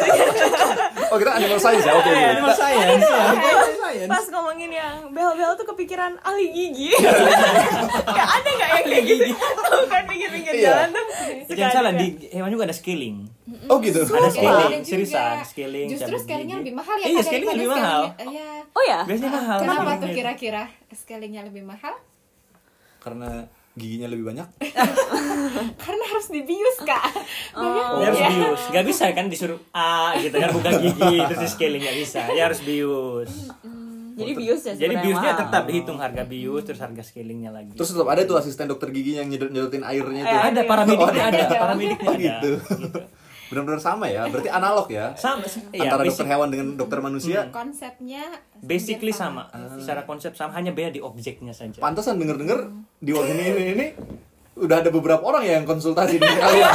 B: Oh, kita animal science ya. Oke. oke.
D: Animal science. ya.
C: pas ngomongin yang behel-behel tuh kepikiran ahli gigi. Kayak ada nggak yang kayak gitu? Tuh kan pinggir-pinggir
B: Iya.
C: jalan tuh.
D: Jangan salah, di hewan juga ada scaling.
B: Oh gitu.
D: Ada scaling,
E: Ada juga.
D: seriusan, scaling.
E: Justru
D: cabut
E: scalingnya
D: gigi.
E: lebih mahal ya
D: Iya,
E: Kak,
D: scalingnya
E: daripada
D: lebih mahal.
E: scalingnya- Iya.
C: Oh ya?
D: Biasanya mahal.
E: Kenapa tuh kira-kira scalingnya lebih mahal?
B: Karena giginya lebih banyak.
E: Karena harus dibius Kak.
D: Ya harus bius. Gak bisa kan disuruh gitu kan, buka gigi terus di scaling, gak bisa. Ya harus bius.
C: Jadi bius ya
D: Jadi
C: sebenarnya
D: biusnya
C: mahal.
D: tetap dihitung harga bius terus harga scalingnya lagi.
B: Terus tetap ada tuh asisten dokter gigi yang nyedotin airnya itu.
D: Ada paramediknya,
B: Oh,
D: ada
E: ada.
D: paramediknya
B: Oh
D: ada.
B: gitu. Benar-benar sama ya. Berarti analog ya.
D: Sama, ya,
B: Antara dokter hewan dengan dokter manusia.
E: Konsepnya
D: basically
E: hampir
D: sama. Secara konsep sama, hanya beda di objeknya saja.
B: Pantesan denger-denger di organ ini udah ada beberapa orang ya yang konsultasi dengan kalian.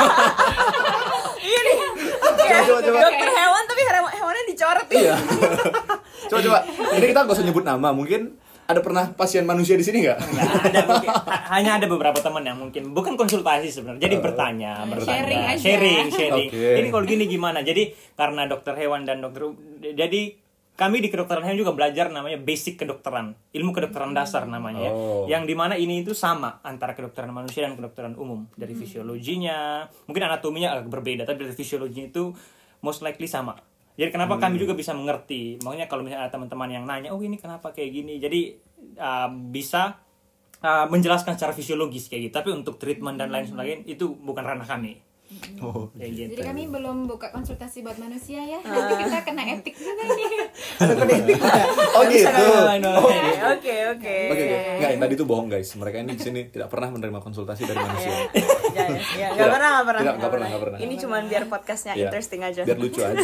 C: Iya nih. Oke.
B: Coba.
C: Dokter hewan tapi hewannya dicoret.
B: Iya. Coba. Ini kita gak usah nyebut nama. Mungkin ada pernah pasien manusia di sini nggak?
D: Nggak ada, mungkin. Hanya ada beberapa teman yang mungkin bukan konsultasi sebenarnya, jadi bertanya,
E: sharing aja.
D: sharing.
B: Oke.
D: Ini kalau gini gimana? Jadi karena dokter hewan dan dokter, jadi kami di kedokteran hewan juga belajar namanya basic kedokteran, ilmu kedokteran dasar namanya ya.
B: Oh.
D: Yang dimana ini itu sama antara kedokteran manusia dan kedokteran umum, dari fisiologinya, mungkin anatominya agak berbeda, tapi dari fisiologinya itu most likely sama. Jadi kenapa kami juga bisa mengerti, makanya kalau misalnya ada teman-teman yang nanya, oh ini kenapa kayak gini, jadi bisa menjelaskan secara fisiologis kayak gitu. Tapi untuk treatment dan lain sebagainya itu bukan ranah kami.
B: Oh.
D: Kayak gitu.
E: Jadi kami belum buka konsultasi buat manusia ya. Nanti kita kena etik juga nih.
B: Oh gitu.
C: Oke.
B: Oke, enggak, yang tadi itu bohong guys. Mereka ini di sini tidak pernah menerima konsultasi dari manusia.
C: Ya, nggak pernah.
B: Nggak pernah.
C: Ini cuma biar podcastnya
B: Iya.
C: interesting aja.
B: Biar lucu aja.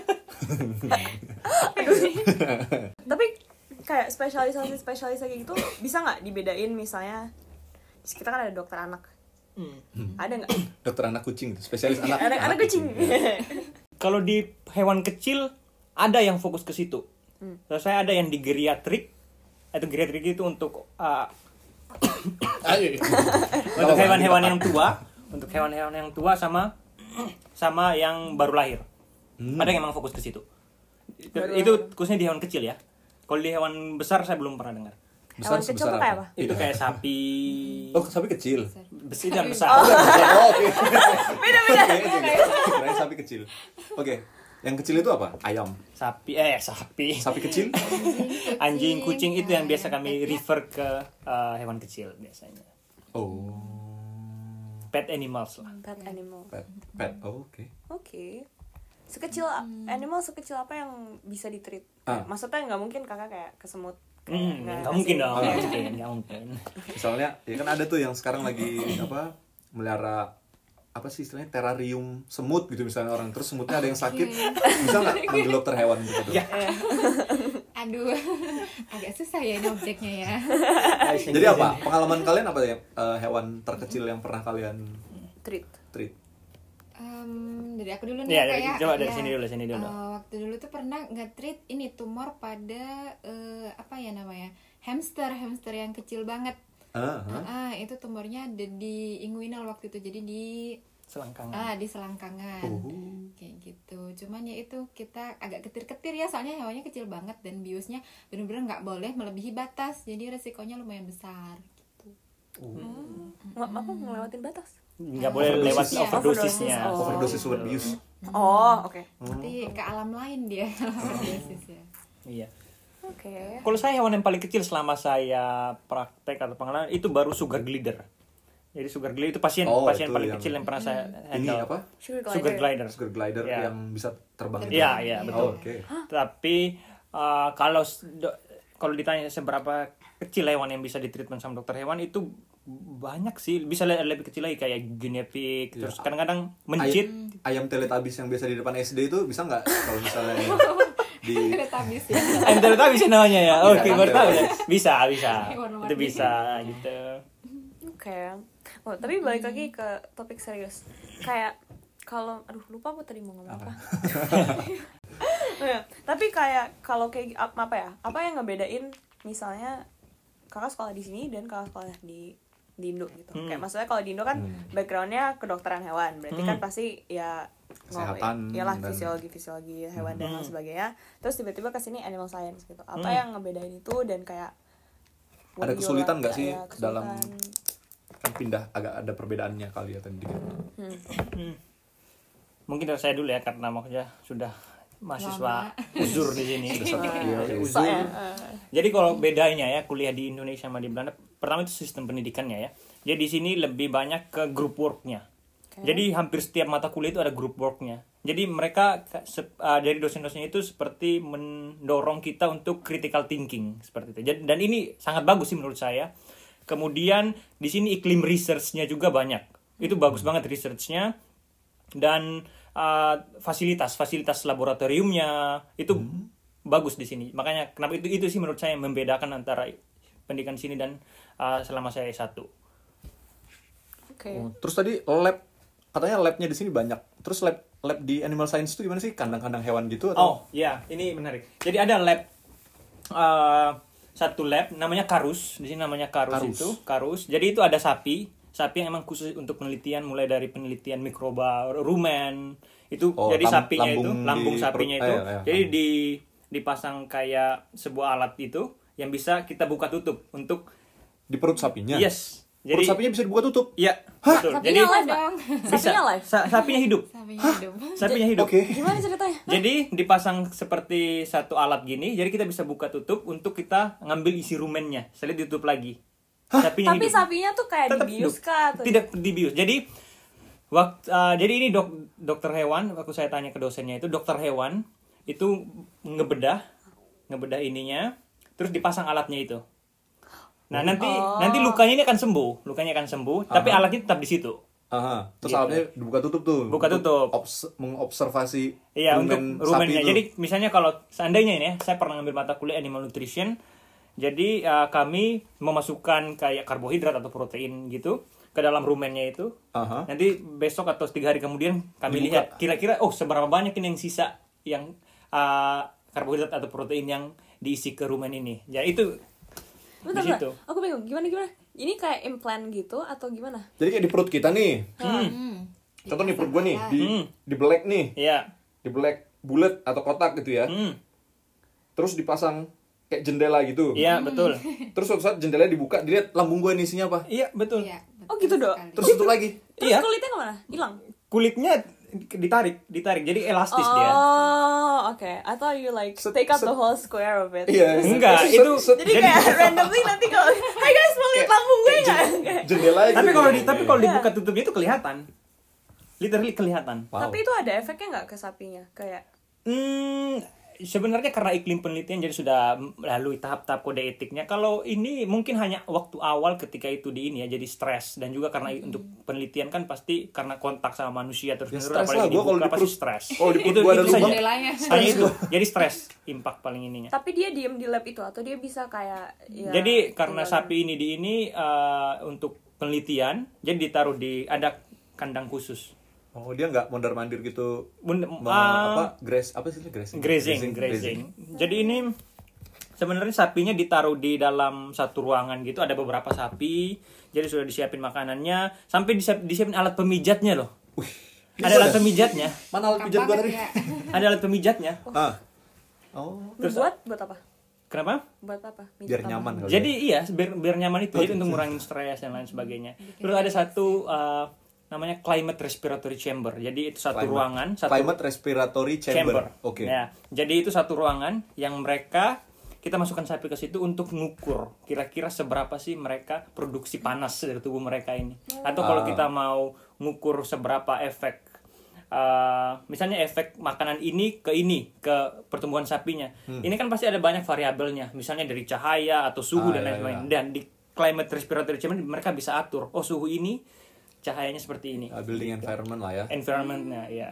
C: Tapi kayak spesialisasi kayak gitu bisa nggak dibedain, misalnya kita kan ada dokter anak, ada nggak
B: Dokter anak kucing, spesialis anak.
C: anak kucing?
D: Kalau di hewan kecil ada yang fokus ke situ. Terus saya ada yang di geriatrik. Itu geriatrik itu untuk untuk hewan-hewan yang tua, sama yang baru lahir. Ada yang memang fokus ke situ. Itu khususnya di hewan kecil ya. Kalau di hewan besar saya belum pernah dengar.
C: Hewan kecil tuh kayak apa?
D: Itu kayak sapi.
B: Oh, sapi kecil.
D: Besi dan besar.
B: Oh, oke.
C: Beda.
B: Kirain sapi kecil. Oke. Yang kecil itu apa? Ayam.
D: Sapi.
B: Sapi kecil?
D: Anjing, kucing itu yang biasa kami refer ke hewan kecil biasanya.
B: Oh.
D: Pet animals lah.
C: Pet animal.
B: Pet. Oh, oke.
C: Oke. Animal sekecil apa yang bisa ditreat? Maksudnya nggak mungkin kakak kayak kesemut.
D: Nggak mungkin dong. Nggak mungkin.
B: Misalnya, ya kan ada tuh yang sekarang lagi melihara apa sih istilahnya, terarium semut gitu misalnya orang, terus semutnya ada yang sakit, bisa nggak manggil dokter hewan gitu?
D: Ya.
E: Aduh, agak susah ya ini objeknya ya.
B: Jadi apa? Pengalaman kalian apa ya, hewan terkecil yang pernah kalian treat?
E: Dari aku dulu nih
D: Ya,
E: kayak
D: coba dari sini dulu.
E: Waktu dulu tuh pernah nge-treat ini tumor pada apa ya namanya, hamster yang kecil banget. Itu tumornya ada di inguinal waktu itu, jadi di
D: selangkangan.
E: Di selangkangan. Kayak gitu. Cuman ya itu kita agak ketir-ketir ya, soalnya hewannya kecil banget dan biusnya benar-benar nggak boleh melebihi batas, jadi resikonya lumayan besar gitu.
C: Ngelewatin batas?
D: Nggak boleh lewat overdosisnya.
B: Overdosis buat bius.
C: Oke.
E: Nanti ke alam lain dia. Overdosis ya.
D: Iya.
C: Oke.
D: Kalau saya hewan yang paling kecil selama saya praktek atau pengalaman itu baru sugar glider. Jadi sugar glider itu pasien paling kecil yang pernah saya handle.
B: Ini apa?
D: Sugar glider.
B: Sugar glider
D: Ya.
B: yang bisa terbang.
D: Iya, betul.
B: Oke.
D: Tapi kalau ditanya seberapa kecil hewan yang bisa ditreatment sama dokter hewan, itu banyak sih, bisa lebih kecil lagi kayak guinea pig, terus kadang-kadang mencit.
B: Ayam Teletubbies yang biasa di depan SD itu bisa nggak kalau misalnya di
E: Teletubbies ya.
D: Ayam Teletubbies namanya ya. Oke, baru tahu ya. Bisa.
E: Warna-warni.
D: Itu bisa gitu.
C: Oke. Oh, tapi balik lagi ke topik serius. Kayak kalau lupa aku tadi mau ngomong apa. Tapi kayak kalau kayak apa ya? Apa yang ngebedain misalnya kakak sekolah di sini dan kakak sekolah di Indo gitu. Kayak maksudnya kalau di Indo kan backgroundnya kedokteran hewan, berarti kan pasti ya
B: kesehatan,
C: iyalah
B: dan
C: fisiologi hewan dan lain sebagainya. Terus tiba-tiba ke sini animal science gitu. Apa yang ngebedain itu dan kayak
B: ada kesulitan nggak sih
C: kesulitan
B: dalam kan pindah, agak ada perbedaannya kali ya tadi.
D: Mungkin dari saya dulu ya, karena maksudnya sudah mahasiswa uzur di sini.
C: Uzur.
D: Jadi kalau bedanya ya kuliah di Indonesia sama di Belanda, pertama itu sistem pendidikannya ya. Jadi di sini lebih banyak ke group work-nya. Jadi hampir setiap mata kuliah itu ada group work-nya. Jadi mereka dari dosen-dosennya itu seperti mendorong kita untuk critical thinking seperti itu. Dan ini sangat bagus sih menurut saya. Kemudian di sini iklim research-nya juga banyak. Itu bagus banget research-nya. Dan fasilitas laboratoriumnya itu bagus di sini. Makanya kenapa itu sih menurut saya membedakan antara pendidikan sini dan selama saya S1.
C: Oke.
B: Terus tadi lab, katanya labnya di sini banyak. Terus lab di animal science itu gimana sih? Kandang-kandang hewan gitu atau?
D: Oh iya, ini menarik. Jadi ada lab satu lab namanya Karus. Di sini namanya Karus. Jadi itu ada sapi yang emang khusus untuk penelitian, mulai dari penelitian mikroba rumen itu. Jadi sapinya itu lambung sapinya itu. Jadi dipasang kayak sebuah alat itu yang bisa kita buka tutup untuk
B: di perut sapinya.
D: Yes.
B: Jadi perut sapinya bisa dibuka tutup.
D: Iya, betul. Jadi
C: live dong. Sapinya live.
D: Sapinya hidup. Sapinya hidup.
B: Oke.
C: Gimana ceritanya?
D: Jadi dipasang seperti satu alat gini, jadi kita bisa buka tutup untuk kita ngambil isi rumennya. Setelah ditutup lagi. Sapinya
C: Tapi
D: hidup.
C: sapinya tuh kayak
D: Tetap
C: dibius
D: hidup.
C: kah? Atau
D: Tidak dibius. Jadi jadi ini dokter hewan, waktu saya tanya ke dosennya itu, dokter hewan itu ngebedah ininya, terus dipasang alatnya itu. Nah, nanti lukanya ini akan sembuh, tapi alatnya tetap di situ.
B: Aha. Terus
D: Gitu.
B: alatnya dibuka tutup tuh.
D: Buka tutup.
B: Mengobservasi
D: Iya,
B: rumen
D: untuk
B: sapi
D: rumennya.
B: itu.
D: Jadi misalnya kalau seandainya ini ya, saya pernah ngambil mata kuliah animal nutrition. Jadi kami memasukkan kayak karbohidrat atau protein gitu ke dalam rumennya itu.
B: Aha.
D: Nanti besok atau 3 hari kemudian kami
B: Dibuka.
D: lihat kira-kira seberapa banyak ini yang sisa yang karbohidrat atau protein yang diisi ke rumen ini. Ya itu
C: Bentar,
D: di situ.
C: aku bingung. Gimana? Ini kayak implant gitu atau gimana?
B: Jadi kayak di perut kita nih. Contoh nih perut gue nih di black nih.
D: Iya.
B: Di black bulat atau kotak gitu ya. Terus dipasang kayak jendela gitu.
D: Iya, betul.
B: Terus suatu saat jendelanya dibuka, dilihat lambung gue nih isinya apa.
D: Iya, betul.
E: Iya,
C: Oh, gitu, Dok?
E: sekali.
B: Terus itu lagi.
C: Terus
D: Iya.
C: kulitnya kemana? Hilang?
D: Kulitnya ditarik. Jadi elastis dia.
C: Oh, oke. I thought you like take out the whole square of it.
B: Iya.
D: Enggak,
B: Set-
D: itu
B: set-
C: Jadi kayak randomly nanti kalau, hey guys mau lihat lambung gue nggak?
B: jendela gitu.
D: tapi kalau dibuka tutupnya itu kelihatan. Literally kelihatan.
B: Wow.
C: Tapi itu ada efeknya nggak ke sapinya? Kayak
D: Sebenarnya karena iklim penelitian jadi sudah melalui tahap-tahap kode etiknya. Kalau ini mungkin hanya waktu awal ketika itu di ini ya jadi stres, dan juga karena untuk penelitian kan pasti karena kontak sama manusia terus
B: Ya,
D: menerus,
B: stres
D: apalagi
B: lah, gua kalau
D: dibuka
B: di
D: pasti
B: perut-
D: stres.
B: kalau di perut
D: Itu
B: gua ada
D: saja.
B: lubang,
E: Jendelanya.
D: Hanya itu. Jadi stres impact paling ininya.
C: tapi dia diem di lab itu atau dia bisa kayak ya,
D: Jadi karena
C: tinggal
D: sapi ini untuk penelitian, jadi ditaruh di ada kandang khusus.
B: Oh, dia nggak mondar-mandir gitu. Grass apa sih itu?
D: Grazing. Jadi ini sebenarnya sapinya ditaruh di dalam satu ruangan gitu, ada beberapa sapi. Jadi sudah disiapin makanannya, sampai disiapin alat pemijatnya loh. Ada alat pemijatnya.
B: Mana alat pijat gua tadi?
E: Ya.
D: Ada alat pemijatnya.
B: Ah. Oh,
C: buat apa?
D: Kenapa?
C: Buat apa? Mijat
B: biar
C: apa?
B: nyaman kali.
D: Jadi iya, biar nyaman itu. Jadi untuk ngurangin stres dan lain sebagainya. Terus ada satu namanya climate respiratory chamber. Jadi itu satu ruangan,
B: Climate respiratory chamber. Oke.
D: Ya, jadi itu satu ruangan yang kita masukkan sapi ke situ untuk ngukur kira-kira seberapa sih mereka produksi panas dari tubuh mereka ini. Atau kalau kita mau ngukur seberapa efek misalnya efek makanan ini ke pertumbuhan sapinya. Ini kan pasti ada banyak variabelnya, misalnya dari cahaya atau suhu dan lain sebagainya. Dan di climate respiratory chamber mereka bisa atur, suhu ini cahayanya seperti ini.
B: Building environment lah ya.
D: Environment-nya ya.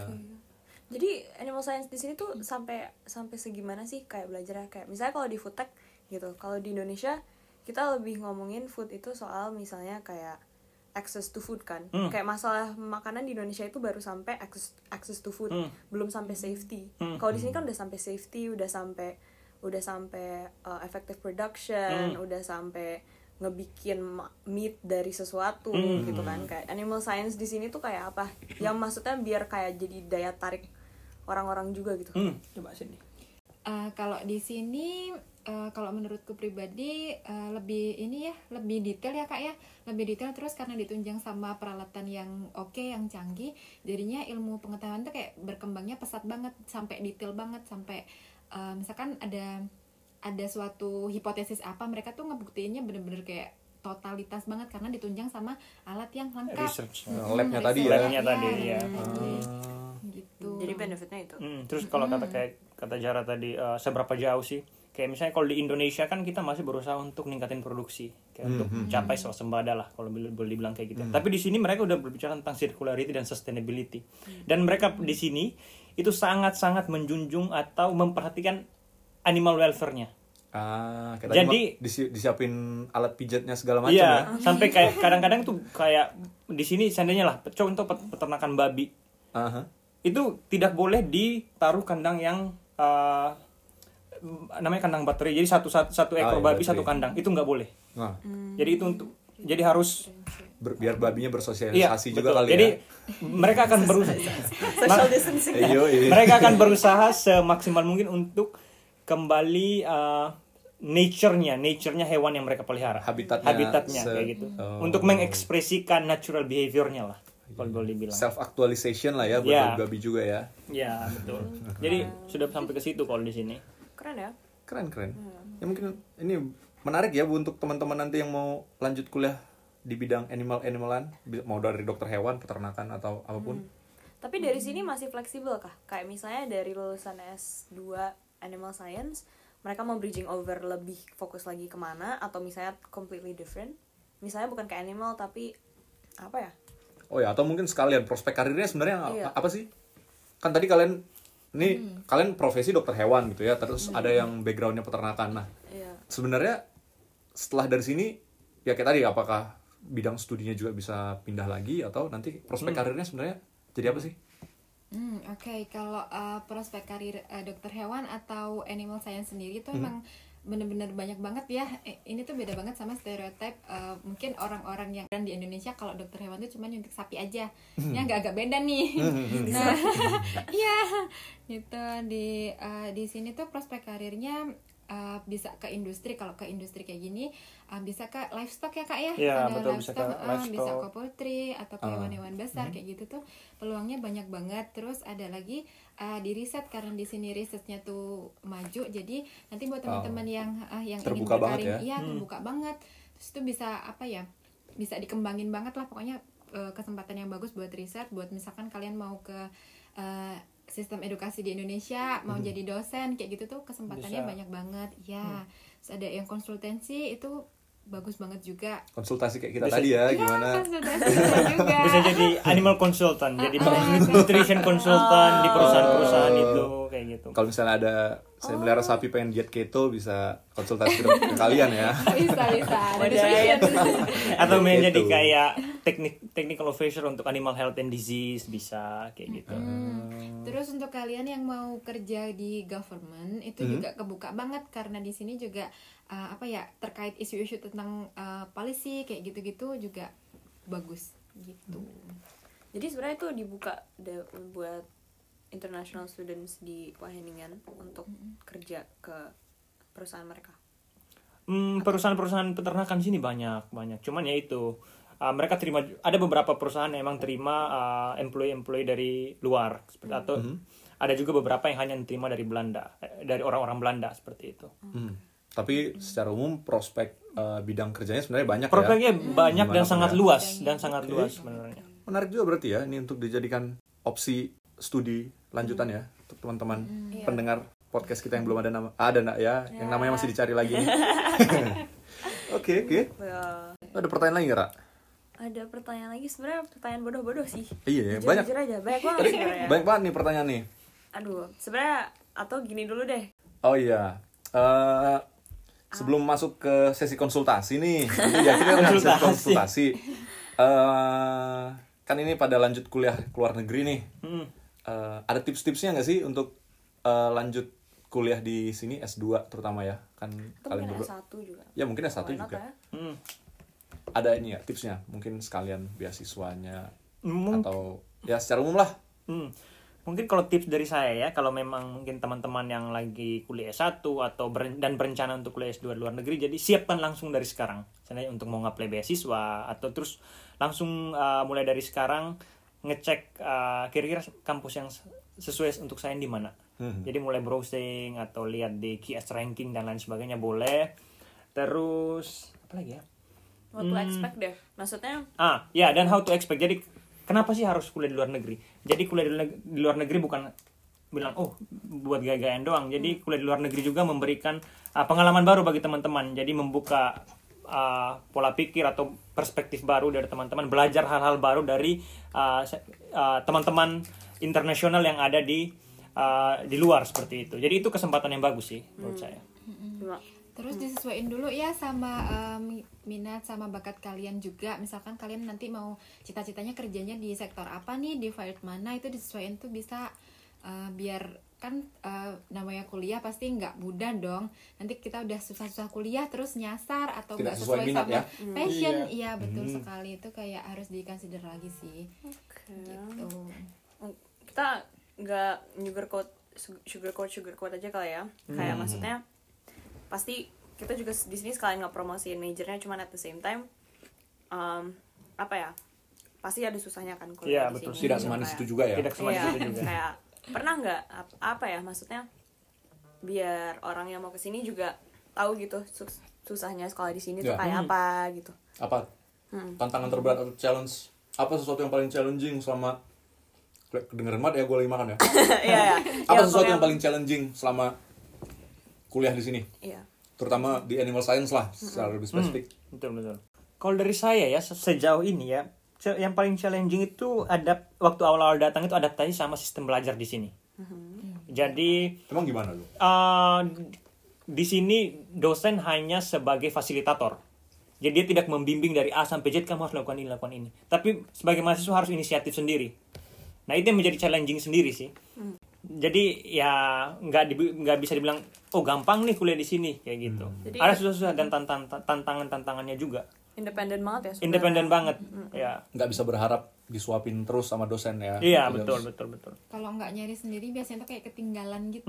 C: Jadi animal science di sini tuh sampai segimana sih kayak belajarnya, kayak misalnya kalau di food tech gitu. Kalau di Indonesia kita lebih ngomongin food itu soal misalnya kayak access to food kan. Kayak masalah makanan di Indonesia itu baru sampai access to food, belum sampai safety. Kalau di sini kan udah sampai safety, udah sampai effective production, udah sampai ngebikin meat dari sesuatu gitu kan. Kayak animal science di sini tuh kayak apa? Yang maksudnya biar kayak jadi daya tarik orang-orang juga gitu.
D: Coba sini.
E: Kalau di sini kalau menurutku pribadi lebih detail ya Kak ya, lebih detail, terus karena ditunjang sama peralatan yang oke, yang canggih, jadinya ilmu pengetahuan tuh kayak berkembangnya pesat banget, sampai detail banget, sampai misalkan ada suatu hipotesis apa, mereka tuh ngebuktiinnya bener-bener kayak totalitas banget karena ditunjang sama alat yang lengkap.
D: Research.
B: Labnya tadi ya.
D: Labnya tadi ya.
E: Gitu.
C: Jadi benefitnya itu.
D: Terus kalau kata Jara tadi seberapa jauh sih? Kayak misalnya kalau di Indonesia kan kita masih berusaha untuk ningkatin produksi, kayak untuk capai swasembada lah kalau boleh dibilang kayak gitu. Tapi di sini mereka udah berbicara tentang circularity dan sustainability. Dan mereka di sini itu sangat-sangat menjunjung atau memperhatikan animal welfare-nya.
B: Jadi disiapin alat pijatnya segala macam
D: Iya,
B: ya.
D: sampai kayak kadang-kadang tuh kayak di sini seandainya lah contoh peternakan babi. Itu tidak boleh ditaruh kandang yang namanya kandang baterai. Jadi satu ekor babi
B: baterai.
D: satu kandang itu nggak boleh.
B: Nah,
D: Jadi itu jadi harus
B: biar babinya bersosialisasi juga
D: betul.
B: kali
D: Jadi
B: ya.
D: mereka akan berusaha
C: Social distancing.
D: mereka akan berusaha semaksimal mungkin untuk kembali nature-nya hewan yang mereka pelihara. Habitatnya kayak gitu. Untuk mengekspresikan natural behavior-nya lah kalau boleh dibilang.
B: Self actualization lah ya buat babi juga ya.
D: Ya, betul. Jadi sudah sampai ke situ kalau di sini.
C: Keren ya.
B: Keren. Ya mungkin ini menarik ya Bu untuk teman-teman nanti yang mau lanjut kuliah di bidang animalan, mau dari dokter hewan, peternakan atau apapun.
C: Tapi dari sini masih fleksibel kah? Kayak misalnya dari lulusan S2 Animal Science, mereka mau bridging over lebih fokus lagi kemana, atau misalnya completely different? Misalnya bukan ke animal tapi apa ya?
B: Oh ya, atau mungkin sekalian prospek karirnya sebenarnya
C: Iya.
B: apa sih? Kan tadi kalian kalian profesi dokter hewan gitu ya, terus ada yang backgroundnya peternakan. Nah,
C: Iya.
B: sebenarnya setelah dari sini ya kayak tadi, apakah bidang studinya juga bisa pindah lagi atau nanti prospek karirnya sebenarnya jadi apa sih?
E: Oke, kalau prospek karir dokter hewan atau animal science sendiri itu emang bener-bener banyak banget ya. Ini tuh beda banget sama stereotip mungkin orang-orang yang di Indonesia kalau dokter hewan itu cuma nyuntik sapi aja. Ya agak-agak beda nih. Nah, iya, gitu di sini tuh prospek karirnya bisa ke industri. Kalau ke industri kayak gini bisa ke livestock ya Kak ya.
D: Iya,
E: Ada
D: betul, bisa ke livestock.
E: bisa ke poultry atau ke hewan-hewan besar kayak gitu tuh peluangnya banyak banget. Terus ada lagi di riset, karena di sini risetnya tuh maju, jadi nanti buat teman-teman yang
B: Terbuka
E: ingin
B: banget
E: berkarir,
B: ya.
E: iya terbuka banget. Terus itu bisa apa ya, bisa dikembangin banget lah pokoknya. Kesempatan yang bagus buat riset, buat misalkan kalian mau ke sistem edukasi di Indonesia, mau jadi dosen kayak gitu tuh kesempatannya
D: Bisa.
E: banyak banget ya. Terus ada yang konsultansi itu bagus banget juga.
B: Konsultasi kayak kita
D: Bisa.
B: tadi ya,
E: Iya,
B: gimana?
E: konsultasi bisa juga.
D: Bisa jadi animal consultant, jadi nutrition consultant di perusahaan-perusahaan itu kayak gitu.
B: Kalau misalnya ada saya melihara sapi pengen diet keto, bisa konsultasi ke kalian ya.
E: bisa ada
C: Diet.
D: Atau menjadi
B: Gitu.
D: kayak technical officer untuk animal health and disease, bisa kayak gitu.
E: Terus untuk kalian yang mau kerja di government itu juga kebuka banget, karena di sini juga apa ya, terkait isu-isu tentang policy kayak gitu-gitu juga bagus gitu.
C: Jadi sebenarnya itu dibuka buat international students di Wageningen untuk kerja ke perusahaan mereka.
D: Perusahaan-perusahaan peternakan sini banyak. Cuman ya itu mereka terima, ada beberapa perusahaan yang emang terima employee dari luar seperti atau ada juga beberapa yang hanya terima dari Belanda, dari orang-orang Belanda seperti itu.
B: Tapi secara umum prospek bidang kerjanya sebenarnya banyak
D: Prospeknya
B: ya.
D: banyak dan
B: Dimanapun
D: sangat
B: ya.
D: luas dan sangat luas sebenarnya.
B: Menarik juga berarti ya ini untuk dijadikan opsi studi lanjutan ya untuk teman-teman pendengar podcast kita yang belum ada nama. Ada nak ya, yang namanya masih dicari lagi nih. Oke.
C: Ya,
B: Ada pertanyaan lagi nggak, Ra?
C: ada pertanyaan lagi, sebenarnya pertanyaan bodoh-bodoh sih.
B: Iya,
C: Jujur-
B: banyak.
C: jujur aja, banyak banget
B: Tadi
C: sebenarnya.
B: banyak banget nih pertanyaan nih.
C: Aduh, sebenarnya atau gini dulu deh.
B: Oh iya. Sebelum masuk ke sesi konsultasi nih, nanti ya kita akan sesi konsultasi. Kan ini pada lanjut kuliah ke luar negeri nih. Ada tips-tipsnya nggak sih untuk lanjut kuliah di sini S2 terutama ya? Kan
C: Itu
B: kalian
C: mungkin
B: berdua.
C: S1 juga.
B: Ya mungkin S1
C: Why not
B: juga.
C: ya?
B: Ada ini ya tipsnya, mungkin sekalian beasiswanya
D: Mungkin-
B: atau ya secara umum lah.
D: Mungkin kalau tips dari saya ya, kalau memang mungkin teman-teman yang lagi kuliah S1 atau dan berencana untuk kuliah S2 di luar negeri, jadi siapkan langsung dari sekarang. Misalnya untuk mau ngapply beasiswa atau terus langsung mulai dari sekarang ngecek kira-kira kampus yang sesuai untuk saya di mana. Jadi mulai browsing atau lihat di QS ranking dan lain sebagainya boleh. Terus apa lagi ya?
C: What to expect deh. Maksudnya
D: Ya, dan how to expect. Jadi kenapa sih harus kuliah di luar negeri? Jadi kuliah di luar negeri bukan bilang buat gaya-gayaan doang. Jadi kuliah di luar negeri juga memberikan pengalaman baru bagi teman-teman. Jadi membuka pola pikir atau perspektif baru dari teman-teman, belajar hal-hal baru dari teman-teman internasional yang ada di luar seperti itu. Jadi itu kesempatan yang bagus sih menurut saya.
C: cuma
E: Terus disesuaiin dulu ya sama minat sama bakat kalian juga. Misalkan kalian nanti mau cita-citanya kerjanya di sektor apa nih, di field mana, itu disesuaiin tuh bisa biar kan namanya kuliah pasti nggak mudah dong. Nanti kita udah susah-susah kuliah terus nyasar atau
B: Tidak
E: nggak
B: sesuai
E: sesuai
B: minat
E: sama
B: ya?
E: passion. Iya betul sekali, itu kayak harus di-consider lagi sih. Gitu.
C: kita nggak sugarcoat aja kali ya. Kayak maksudnya pasti kita juga di sini sekalian ngepromosiin majornya, cuman at the same time apa ya, pasti ada susahnya kan kuliah
D: Iya,
C: di
D: betul.
C: sini.
B: Tidak semanis
C: Kayak-
B: itu juga ya.
D: Tidak semanis
C: Iya,
D: itu juga.
C: kayak pernah nggak apa ya, maksudnya biar orang yang mau kesini juga tahu gitu susahnya sekolah di sini
B: Ya.
C: tuh kayak apa gitu.
B: Apa tantangan terberat atau challenge? Apa sesuatu yang paling challenging selama kedengeran banget ya gue lagi makan ya?
C: Iya ya.
B: Apa sesuatu yang paling challenging selama kuliah di sini?
C: Iya.
B: Terutama di animal science lah, secara lebih spesifik.
D: Betul. Kalau dari saya ya sejauh ini ya, yang paling challenging itu waktu awal-awal datang itu adaptasi sama sistem belajar di sini. Jadi
B: Emang gimana lu?
D: di sini dosen hanya sebagai fasilitator. Jadi dia tidak membimbing dari A sampai Z, kamu harus lakukan ini. Tapi sebagai mahasiswa harus inisiatif sendiri. Nah itu yang menjadi challenging sendiri sih. Jadi ya nggak bisa dibilang oh gampang nih kuliah di sini kayak gitu.
C: Jadi-
D: Ada susah-susah dan tantangannya juga.
C: Independen banget ya sebenarnya.
D: Independen banget. Ya.
B: Nggak bisa berharap disuapin terus sama dosen ya.
D: Iya,
B: Jadi
D: betul.
B: harus-
E: Kalau nggak nyari sendiri biasanya tuh kayak ketinggalan gitu.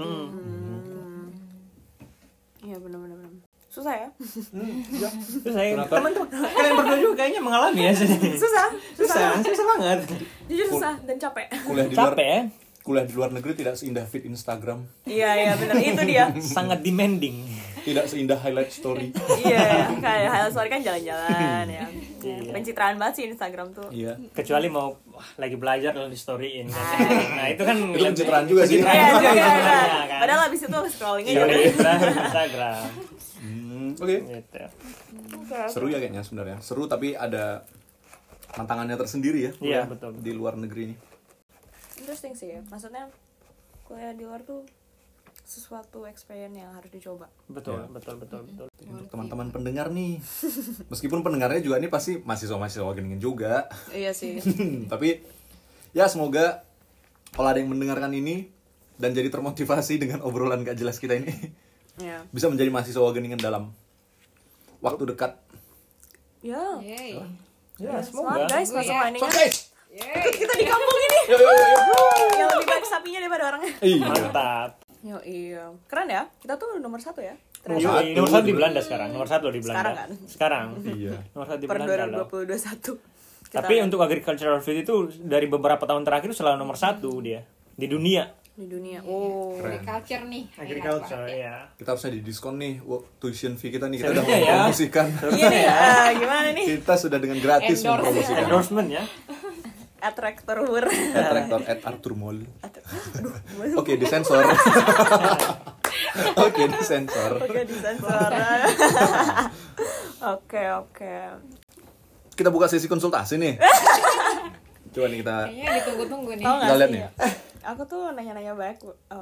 C: Iya benar-benar. Susah ya?
D: Terus saya
B: Kenapa?
D: teman-teman kalian berdua juga kayaknya mengalami ya.
C: Susah
D: banget.
C: Jujur susah dan capek.
B: Kuliah di luar,
D: Capek ya.
B: kuliah di luar negeri tidak seindah feed Instagram,
C: Iya benar itu dia.
D: Sangat demanding.
B: tidak seindah highlight story.
C: Iya kayak highlight story kan jalan-jalan ya. Pencitraan banget sih Instagram tuh.
B: Iya.
D: Kecuali mau lagi belajar lalu di storyin kan. Nah itu kan
B: Itu pencitraan juga sih.
C: Iya juga
D: Iya,
C: kan.
D: kan.
C: Padahal abis itu scrollingnya
D: Story
C: juga.
D: Instagram.
B: Oke.
D: Gitu.
B: Seru ya kayaknya sebenarnya. Seru tapi ada tantangannya tersendiri ya.
D: Iya,
B: kuliah
D: betul.
B: Di luar negeri ini.
C: Interesting sih ya. Maksudnya kuliah di luar tuh sesuatu experience yang harus dicoba.
D: Betul,
B: Ya.
D: betul.
B: Untuk teman-teman pendengar nih, meskipun pendengarnya juga nih pasti mahasiswa-mahasiswa Wageningen juga.
C: Iya sih.
B: Tapi ya semoga kalau ada yang mendengarkan ini dan jadi termotivasi dengan obrolan gak jelas kita ini,
C: Iya.
B: bisa menjadi mahasiswa Wageningen dalam waktu dekat.
C: Ya.
E: Yeay.
D: Ya,
C: Semangat
D: semoga.
C: guys
E: Tunggu
C: masuk
E: ya.
C: planning.
E: Yeay.
C: Kita di kampung ini.
B: Yo, yo, yo, yo.
C: Yang lebih baik sapinya daripada orangnya.
B: Iya.
D: Mantap.
C: Yo iya. Keren ya. Kita tuh nomor 1 ya.
B: Nomor
D: Yoi,
B: satu.
D: nomor 1 di Belanda sekarang. Nomor 1 di Belanda.
C: Sekarang kan?
D: Sekarang.
B: Iya.
D: Nomor 1 di
C: Per
D: Belanda loh.
C: 2021.
D: Tapi untuk agricultural food itu dari beberapa tahun terakhir itu selalu nomor 1 dia di dunia.
C: di dunia. Oh.
E: Agriculture nih.
D: Agriculture
E: Enak banget
D: ya.
B: Kita harusnya di diskon nih tuition fee kita nih, kita udah
D: Seharusnya ya.
B: mempromosikan.
C: Iya nih, gimana nih?
B: Kita sudah dengan gratis
E: Endorse.
B: mempromosikan.
D: Endorsement ya.
C: Attractor Wur.
B: Attractor Arthur Moll. Oke, disensor. Oke, disensor.
C: Oke, disensor. Oke.
B: Kita buka sesi konsultasi nih. Coba nih kita
E: Kayaknya ditunggu-tunggu nih.
C: Tahu nggak
B: Kita lihat
C: sih?
B: nih.
C: Aku tuh nanya-nanya banyak.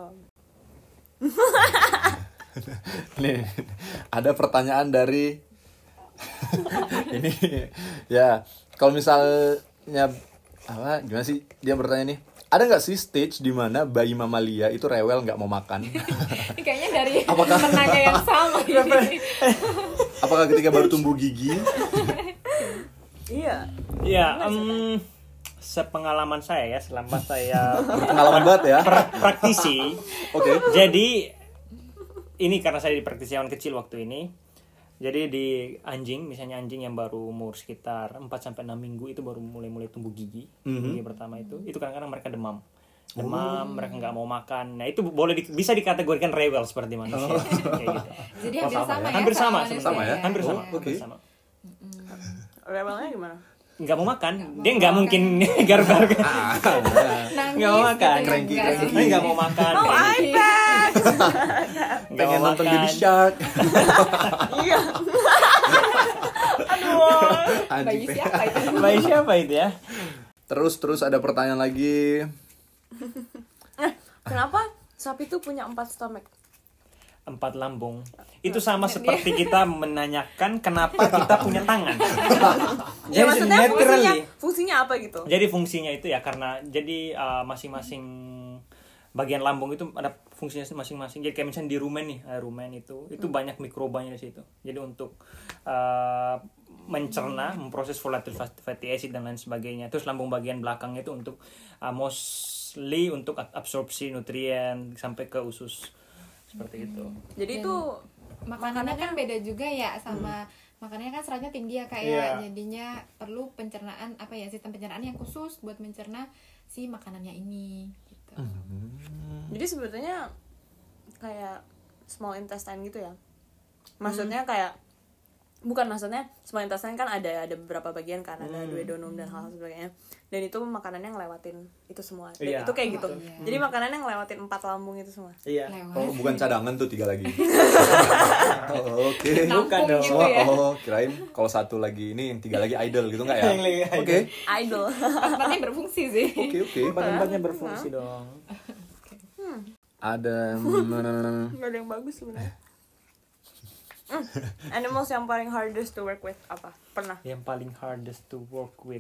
B: Nih, ada pertanyaan dari ini ya, kalau misalnya apa gimana sih dia bertanya nih, ada nggak sih stage di mana bayi mamalia itu rewel nggak mau makan?
E: Ini kayaknya dari
B: Apakah-
E: penanya yang sama ini.
B: Apakah ketika baru tumbuh gigi?
C: Iya.
D: Ya, sepengalaman saya ya selama saya
B: Pengalaman banget ya.
D: praktisi.
B: Oke.
D: Jadi ini karena saya di praktisi hewan kecil waktu ini. Jadi di anjing, misalnya anjing yang baru umur sekitar 4 sampai 6 minggu itu baru mulai tumbuh gigi. Gigi pertama itu kadang-kadang mereka demam. Mereka nggak mau makan. Nah, itu bisa dikategorikan rewel seperti manusia. Kayak gitu.
E: Jadi hampir
B: sama
E: sama
B: ya?
E: ya.
D: Hampir sama,
E: manusia
B: sama ya?
D: Hampir sama.
B: Oh, oke.
D: Hampir sama.
C: Rebelnya gimana?
D: Nggak mau makan. Dia nggak mungkin garuk-garuk.
E: Nangis
D: Nggak mau makan.
E: gitu,
B: Cranky,
E: enggak
B: cranky.
E: sih.
D: Nggak mau makan.
C: Oh, iPad.
D: Nggak
B: Pengen
D: mau
B: nonton
D: makan.
B: Baby Shark.
C: Iya. Aduh.
E: Bayi
B: Anjing.
E: siapa itu?
D: Bayi siapa itu ya?
B: Terus ada pertanyaan lagi.
C: Kenapa sapi tuh punya 4 stomach?
D: 4 lambung. Itu sama seperti kita menanyakan kenapa kita punya tangan.
C: Ya maksudnya
D: literally.
C: fungsinya apa gitu?
D: Jadi fungsinya itu ya karena masing-masing bagian lambung itu ada fungsinya masing-masing. Jadi kayak misalnya di rumen nih, rumen itu banyak mikrobanya di situ. Jadi untuk mencerna, memproses volatile fatty acid dan lain sebagainya. Terus lambung bagian belakangnya itu untuk mostly untuk absorpsi nutrien sampai ke usus. Seperti itu.
C: Jadi itu
E: Makanannya kan beda juga ya sama makanannya kan seratnya tinggi ya kayak
D: Iya.
E: jadinya perlu pencernaan sistem pencernaan yang khusus buat mencerna si makanannya ini gitu.
C: jadi sebetulnya kayak small intestine gitu ya. Maksudnya kayak Bukan, maksudnya semua intestine kan ada beberapa bagian kan, ada duodenum dan hal-hal sebagainya, dan itu makanannya ngelewatin itu semua, dan
D: Iya.
C: itu kayak gitu.
E: Oh, iya.
C: Jadi makanannya ngelewatin 4 lambung itu semua.
D: Iya.
E: Lewat.
B: Oh, bukan cadangan tuh 3 lagi. Oh, oke.
E: Bukan dong.
C: gitu ya.
B: Oh, kirain kalau 1 lagi ini yang 3 lagi idle gitu nggak ya?
D: Yang lagi idle.
B: Oke.
C: Idol.
E: Tempatnya berfungsi sih.
B: Oke.
D: Tempat-tempatnya berfungsi dong.
B: Ada
C: Gak ada yang bagus sebenarnya. Animals yang paling hardest to work with apa? Pernah?
D: Yang paling hardest to work with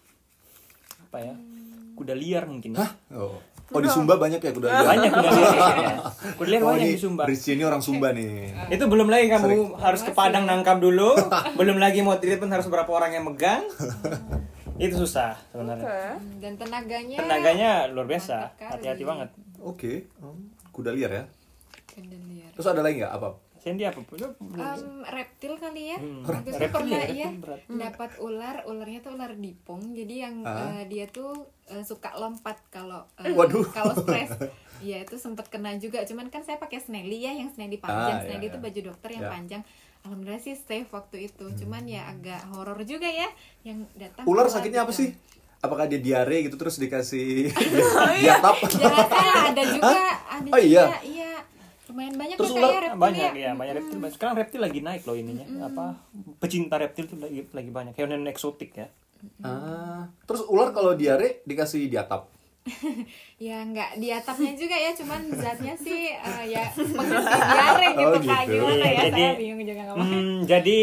D: apa ya? Kuda liar mungkin.
B: Hah? Oh, di Sumba banyak ya kuda liar.
D: Banyak kuda liar. Kuda liar
B: Oh,
D: banyak
B: ini
D: di Sumba.
B: Rizky ini orang Sumba nih.
D: Itu belum lagi kamu
B: Sering.
D: harus ke Padang nangkap dulu. Belum lagi mau treatment harus berapa orang yang megang. Itu susah sebenarnya.
C: Oke.
E: Dan
D: Tenaganya luar biasa.
E: Mantap kali.
D: Hati-hati banget.
B: Oke. Kuda liar ya.
E: kuda liar.
B: Terus ada lagi nggak apa?
D: Sandy apa?
E: Reptil kali ya.
D: Hmm.
E: Waktu itu
D: Reptil
E: pernah
D: ya,
E: ya
D: reptil berat.
E: dapat ularnya tuh ular dipong. Jadi yang dia tuh suka lompat kalau
B: Waduh.
E: kalau stres. Iya, itu sempet kena juga. Cuman kan saya pakai snelly ya, yang snelly panjang. Snelly itu baju dokter yang panjang. Alhamdulillah sih safe waktu itu. Cuman ya agak horor juga ya yang datang.
B: Ular
E: keluar
B: sakitnya apa
E: gitu.
B: sih? Apakah dia diare gitu terus dikasih
C: iya.
B: diatap?
E: Jangan salah, ada juga, ada
B: Oh,
E: juga.
B: iya?
E: Iya. Lumayan banyak
B: Terus
E: ya
B: ular
E: kayak reptil
D: Banyak
E: ya.
D: ya, banyak reptil. Sekarang reptil lagi naik loh ininya. Apa? Pecinta reptil tuh lagi banyak. Hewan eksotik ya.
B: Terus ular kalau diare dikasih diatap.
E: Ya nggak di atapnya juga ya, cuman zatnya sih ya pengganti diare gitu
B: Oh,
E: Kak.
B: gitu.
E: Gimana ya,
D: Jadi,
E: saya bingung juga ngomong.
D: jadi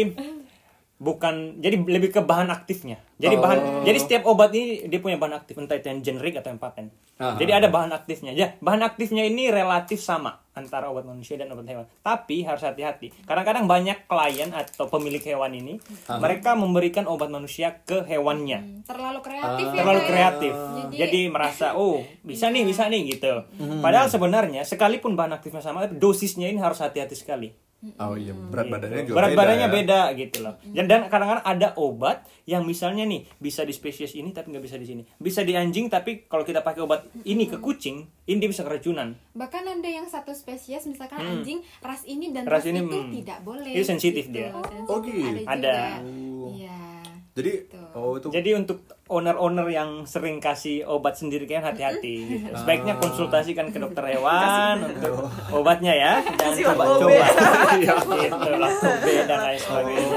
D: jadi lebih ke bahan aktifnya. Jadi jadi setiap obat ini dia punya bahan aktif, entah itu yang generik atau yang paten. Jadi ada bahan aktifnya. Ya, bahan aktifnya ini relatif sama antara obat manusia dan obat hewan. Tapi harus hati-hati. Kadang-kadang banyak klien atau pemilik hewan ini mereka memberikan obat manusia ke hewannya.
E: Terlalu kreatif ya.
D: Terlalu
E: Kak, ya.
D: kreatif.
E: Jadi,
D: Jadi merasa bisa nih gitu. Padahal sebenarnya sekalipun bahan aktifnya sama, dosisnya ini harus hati-hati sekali.
B: Oh iya, berat badannya juga
D: Berat badannya
B: ya.
D: beda gitu loh. Dan kadang-kadang ada obat yang misalnya nih bisa di spesies ini tapi nggak bisa di sini. Bisa di anjing tapi kalau kita pakai obat ini ke kucing, ini dia bisa keracunan.
E: bahkan ada yang satu spesies misalkan anjing ras ini dan
D: Ras
E: ras
D: ini,
E: itu tidak boleh.
D: itu sensitif dia.
E: Sensitif.
B: Oh, gitu.
D: Ada.
E: Iya.
B: Jadi itu
D: Jadi untuk owner-owner yang sering kasih obat sendiri kan hati-hati gitu. Sebaiknya konsultasikan ke dokter hewan untuk obatnya ya. Jangan
C: Kasih
D: coba-coba. Gitu lah, kobe dan lain sebagainya.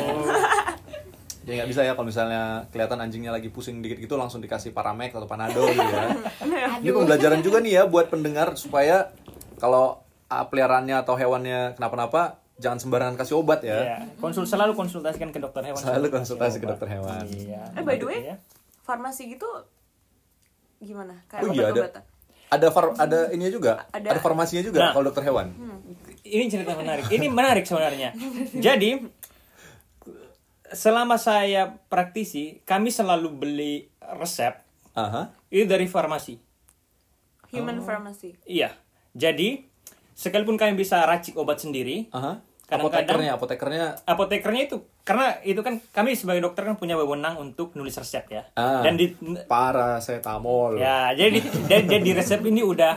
B: ya nggak bisa ya kalau misalnya kelihatan anjingnya lagi pusing dikit gitu langsung dikasih Paramex atau Panadol gitu ya. Ini pembelajaran juga nih ya buat pendengar supaya kalau peliharaannya atau hewannya kenapa-napa jangan sembarangan kasih obat ya.
D: Iya, selalu konsultasikan ke dokter hewan.
B: Selalu konsultasi ke dokter hewan.
D: Iya.
C: By the way,
D: Ya.
C: farmasi gitu gimana? Kayak
B: Oh iya,
C: obat-obatan.
B: Ada ininya juga.
C: Ada.
B: Ada farmasinya juga
D: Nah.
B: kalau dokter hewan.
D: Ini cerita menarik. Ini menarik sebenarnya. Jadi selama saya praktisi, kami selalu beli resep
B: Aha.
D: itu dari farmasi.
C: Human pharmacy.
D: Iya. Jadi sekalipun kami bisa racik obat sendiri,
B: Aha.
D: Kadang-kadang-
B: Apotekernya
D: apotekernya itu karena itu kan kami sebagai dokter kan punya wewenang untuk nulis resep ya. Dan di
B: paracetamol.
D: ya jadi di resep ini udah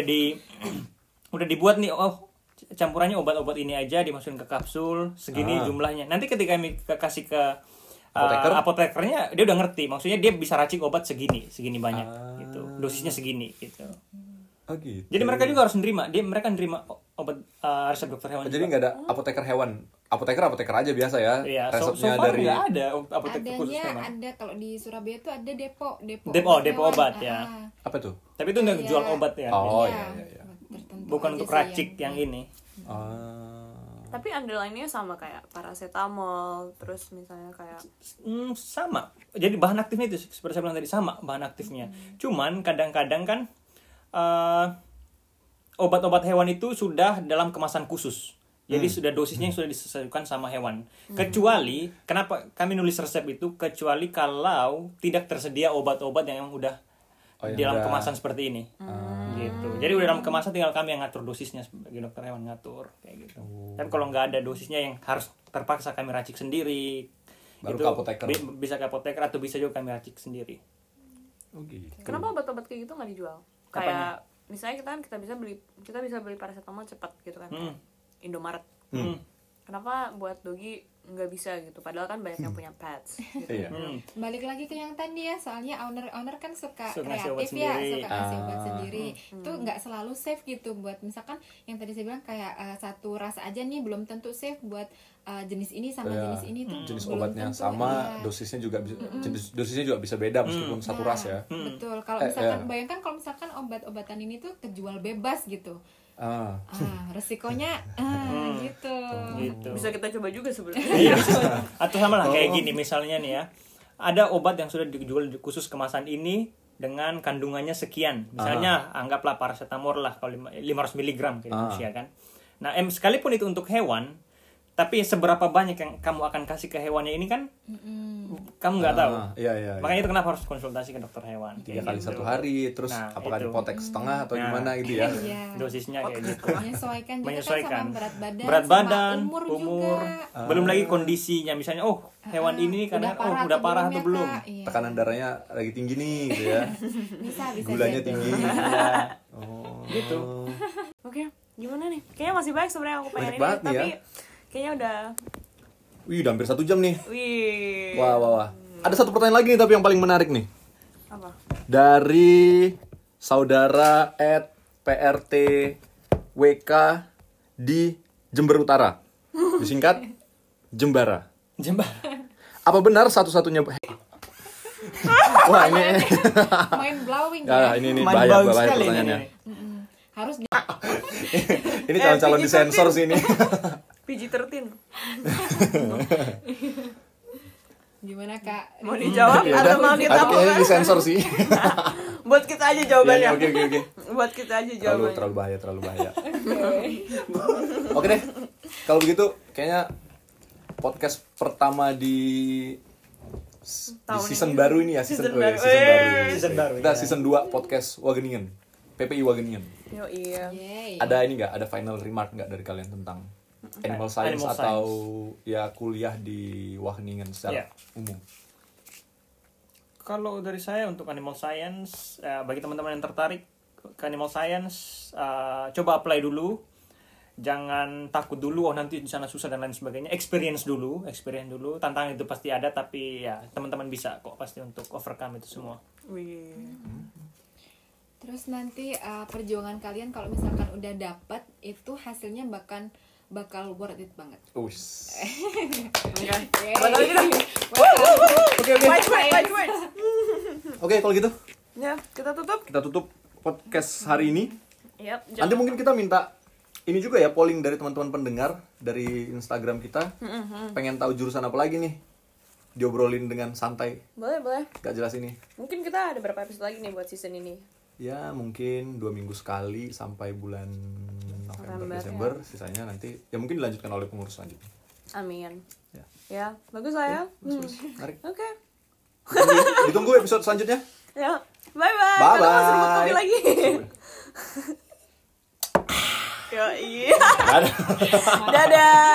D: dibuat nih, oh campurannya obat-obat ini aja dimasukin ke kapsul segini jumlahnya. Nanti ketika kami kasih ke apotekernya dia udah ngerti, maksudnya dia bisa racik obat segini banyak gitu, dosisnya segini gitu.
B: Oh gitu.
D: Jadi mereka juga harus mereka nerima obat resep dokter hewan.
B: Jadi nggak ada apoteker hewan. Apoteker aja biasa ya.
D: Iya, so
B: Resepnya
D: far
B: dari
D: nggak ada apoteker khusus
E: Adanya
D: hewan.
E: ada kalau di Surabaya tuh ada depo
D: Depo
E: hewan.
D: obat ya.
B: apa tuh?
D: Tapi itu untuk
E: Iya.
D: jual obat ya.
B: Oh
E: Iya,
B: iya.
E: tertentu
D: Bukan
E: aja
D: untuk
E: sih
D: racik yang ini.
C: Tapi underline-nya sama kayak paracetamol, terus misalnya kayak
D: Sama. Jadi bahan aktifnya itu seperti saya bilang tadi sama bahan aktifnya. Cuman kadang-kadang kan obat-obat hewan itu sudah dalam kemasan khusus. Jadi sudah dosisnya yang sudah disesuaikan sama hewan. Kecuali kenapa kami nulis resep itu kecuali kalau tidak tersedia obat-obat yang emang udah
B: yang
D: dalam
B: udah-
D: kemasan seperti ini. Gitu. Jadi udah dalam kemasan tinggal kami yang ngatur dosisnya sebagai dokter hewan ngatur kayak gitu. Dan kalau nggak ada dosisnya yang harus terpaksa kami racik sendiri.
B: Baru
D: Itu
B: ke apoteker.
D: Bisa ke apoteker atau bisa juga kami racik sendiri.
B: Oh gitu.
C: kenapa obat-obat kayak gitu nggak dijual?
D: Apanya?
C: Kayak misalnya kita bisa beli paracetamol cepat gitu kan. Kayak Indomaret.
D: Hmm.
C: kenapa buat Dogi nggak bisa gitu, padahal kan banyak yang punya pets gitu.
B: Iya.
E: Balik lagi ke yang tadi ya, soalnya owner kan suka
D: Suka ngasih obat
E: kreatif ya,
D: sendiri.
E: suka ngasih obat sendiri. Itu nggak selalu safe gitu buat misalkan yang tadi saya bilang kayak satu rasa aja nih belum tentu safe buat jenis ini sama
B: Ya,
E: jenis ini tuh
B: jenis
E: belum
B: obatnya
E: tentu,
B: sama,
E: iya.
B: dosisnya juga dosisnya juga bisa beda meskipun satu ras ya.
E: Betul. Kalau misalkan
B: ya.
E: bayangkan kalau misalkan obat-obatan ini tuh kejual bebas gitu.
B: Ah.
E: Resikonya gitu.
D: Gitu.
C: Bisa kita coba juga sebenarnya.
D: Iya. Atau sama lah kayak gini misalnya nih ya. Ada obat yang sudah dijual khusus kemasan ini dengan kandungannya sekian. Misalnya anggaplah paracetamol lah kalau 500 mg ke manusia kan. Nah, sekalipun itu untuk hewan, tapi seberapa banyak yang kamu akan kasih ke hewannya ini kan kamu nggak tahu.
B: Iya.
D: Makanya itu kenapa harus konsultasi ke dokter hewan.
B: 3
D: Kayak
B: kali
D: gitu.
B: satu hari, terus
D: Nah,
B: apakah
D: itu.
B: dipotek setengah atau
D: Nah.
B: gimana gitu ya.
E: Iya.
D: Dosisnya kayak gitu.
E: Menyesuaikan juga
D: Menyesuaikan.
E: kan sama berat badan,
D: Badan,
E: sama
D: umur,
E: juga.
D: belum lagi kondisinya. Misalnya, hewan ini karena udah parah atau belum.
E: Kak? Iya.
B: Tekanan darahnya lagi tinggi nih gitu ya.
E: Bisa
B: Gulanya
E: jadi.
B: tinggi.
D: Iya.
B: Oh.
D: Gitu.
C: Oke, gimana nih? Kayaknya masih banyak sebenarnya aku pengen
B: Banyak
C: ini,
B: banget nih
C: tapi
B: ya.
C: kayaknya udah.
B: Wih, udah hampir 1 jam nih.
C: Wih.
B: Wah. Ada satu pertanyaan lagi nih tapi yang paling menarik nih.
C: Apa?
B: Dari saudara @PRTWK di Jember Utara. Disingkat Jembara.
D: Jembar.
B: Apa benar satu-satunya Wah, ini
E: Mind blowing
B: ya,
E: ya.
B: ini
D: Mind
B: bahaya
D: blowing sekali
B: pertanyaannya.
D: ini.
E: Harus
B: Ini calon-calon disensor sih ini.
C: PG-13.
E: gimana Kak?
C: Mau dijawab
B: Ya
C: atau
B: udah,
C: mau kita
B: kayaknya
C: bukan?
B: disensor sih.
C: Buat kita aja
B: Ya,
C: jawabannya.
B: ya, oke.
C: Buat kita aja jawabannya.
B: Terlalu bahaya. Oke deh. Kalau begitu kayaknya podcast pertama di
C: Tahun
B: season
C: ini.
B: baru ini ya, season
C: Season
B: baru.
C: baru.
D: Season baru.
B: Kita
D: ya.
B: season 2 podcast Wageningen. PPI Wageningen.
C: Yo iya.
E: Yeay.
B: Ada ini nggak? Ada final remark nggak dari kalian tentang animal science
D: Animal
B: atau ya kuliah di Wageningen secara
D: Iya.
B: umum?
D: Kalau dari saya untuk animal science, bagi teman-teman yang tertarik ke animal science, coba apply dulu. Jangan takut dulu, nanti di sana susah dan lain sebagainya. Experience dulu. Tantangan itu pasti ada, tapi ya teman-teman bisa kok pasti untuk overcome itu semua.
C: Wih.
E: Terus nanti perjuangan kalian kalau misalkan udah dapet itu hasilnya bakal worth it banget.
B: Ush.
C: Oke. Buat lagi dong.
B: Oke.
C: Wait.
B: Oke, kalau gitu
C: Ya, kita tutup.
B: kita tutup podcast hari ini.
C: Yap.
B: Nanti mungkin kita minta ini juga ya polling dari teman-teman pendengar dari Instagram kita. Pengen tahu jurusan apa lagi nih? Diobrolin dengan santai,
C: Boleh.
B: gak jelas ini.
C: Mungkin kita ada berapa episode lagi nih buat season ini.
B: Ya mungkin 2 minggu sekali sampai bulan November,
C: November,
B: Desember. Sisanya nanti ya mungkin dilanjutkan oleh pengurus selanjutnya.
C: Amin.
B: Ya.
C: Ya, bagus lah ya.
B: Bagus. Menarik.
C: Oke.
B: Ditunggu episode selanjutnya.
C: Ya. Bye-bye.
B: Bye-bye.
C: Kalau mau seruput kopi lagi. Yo iya. Dadah.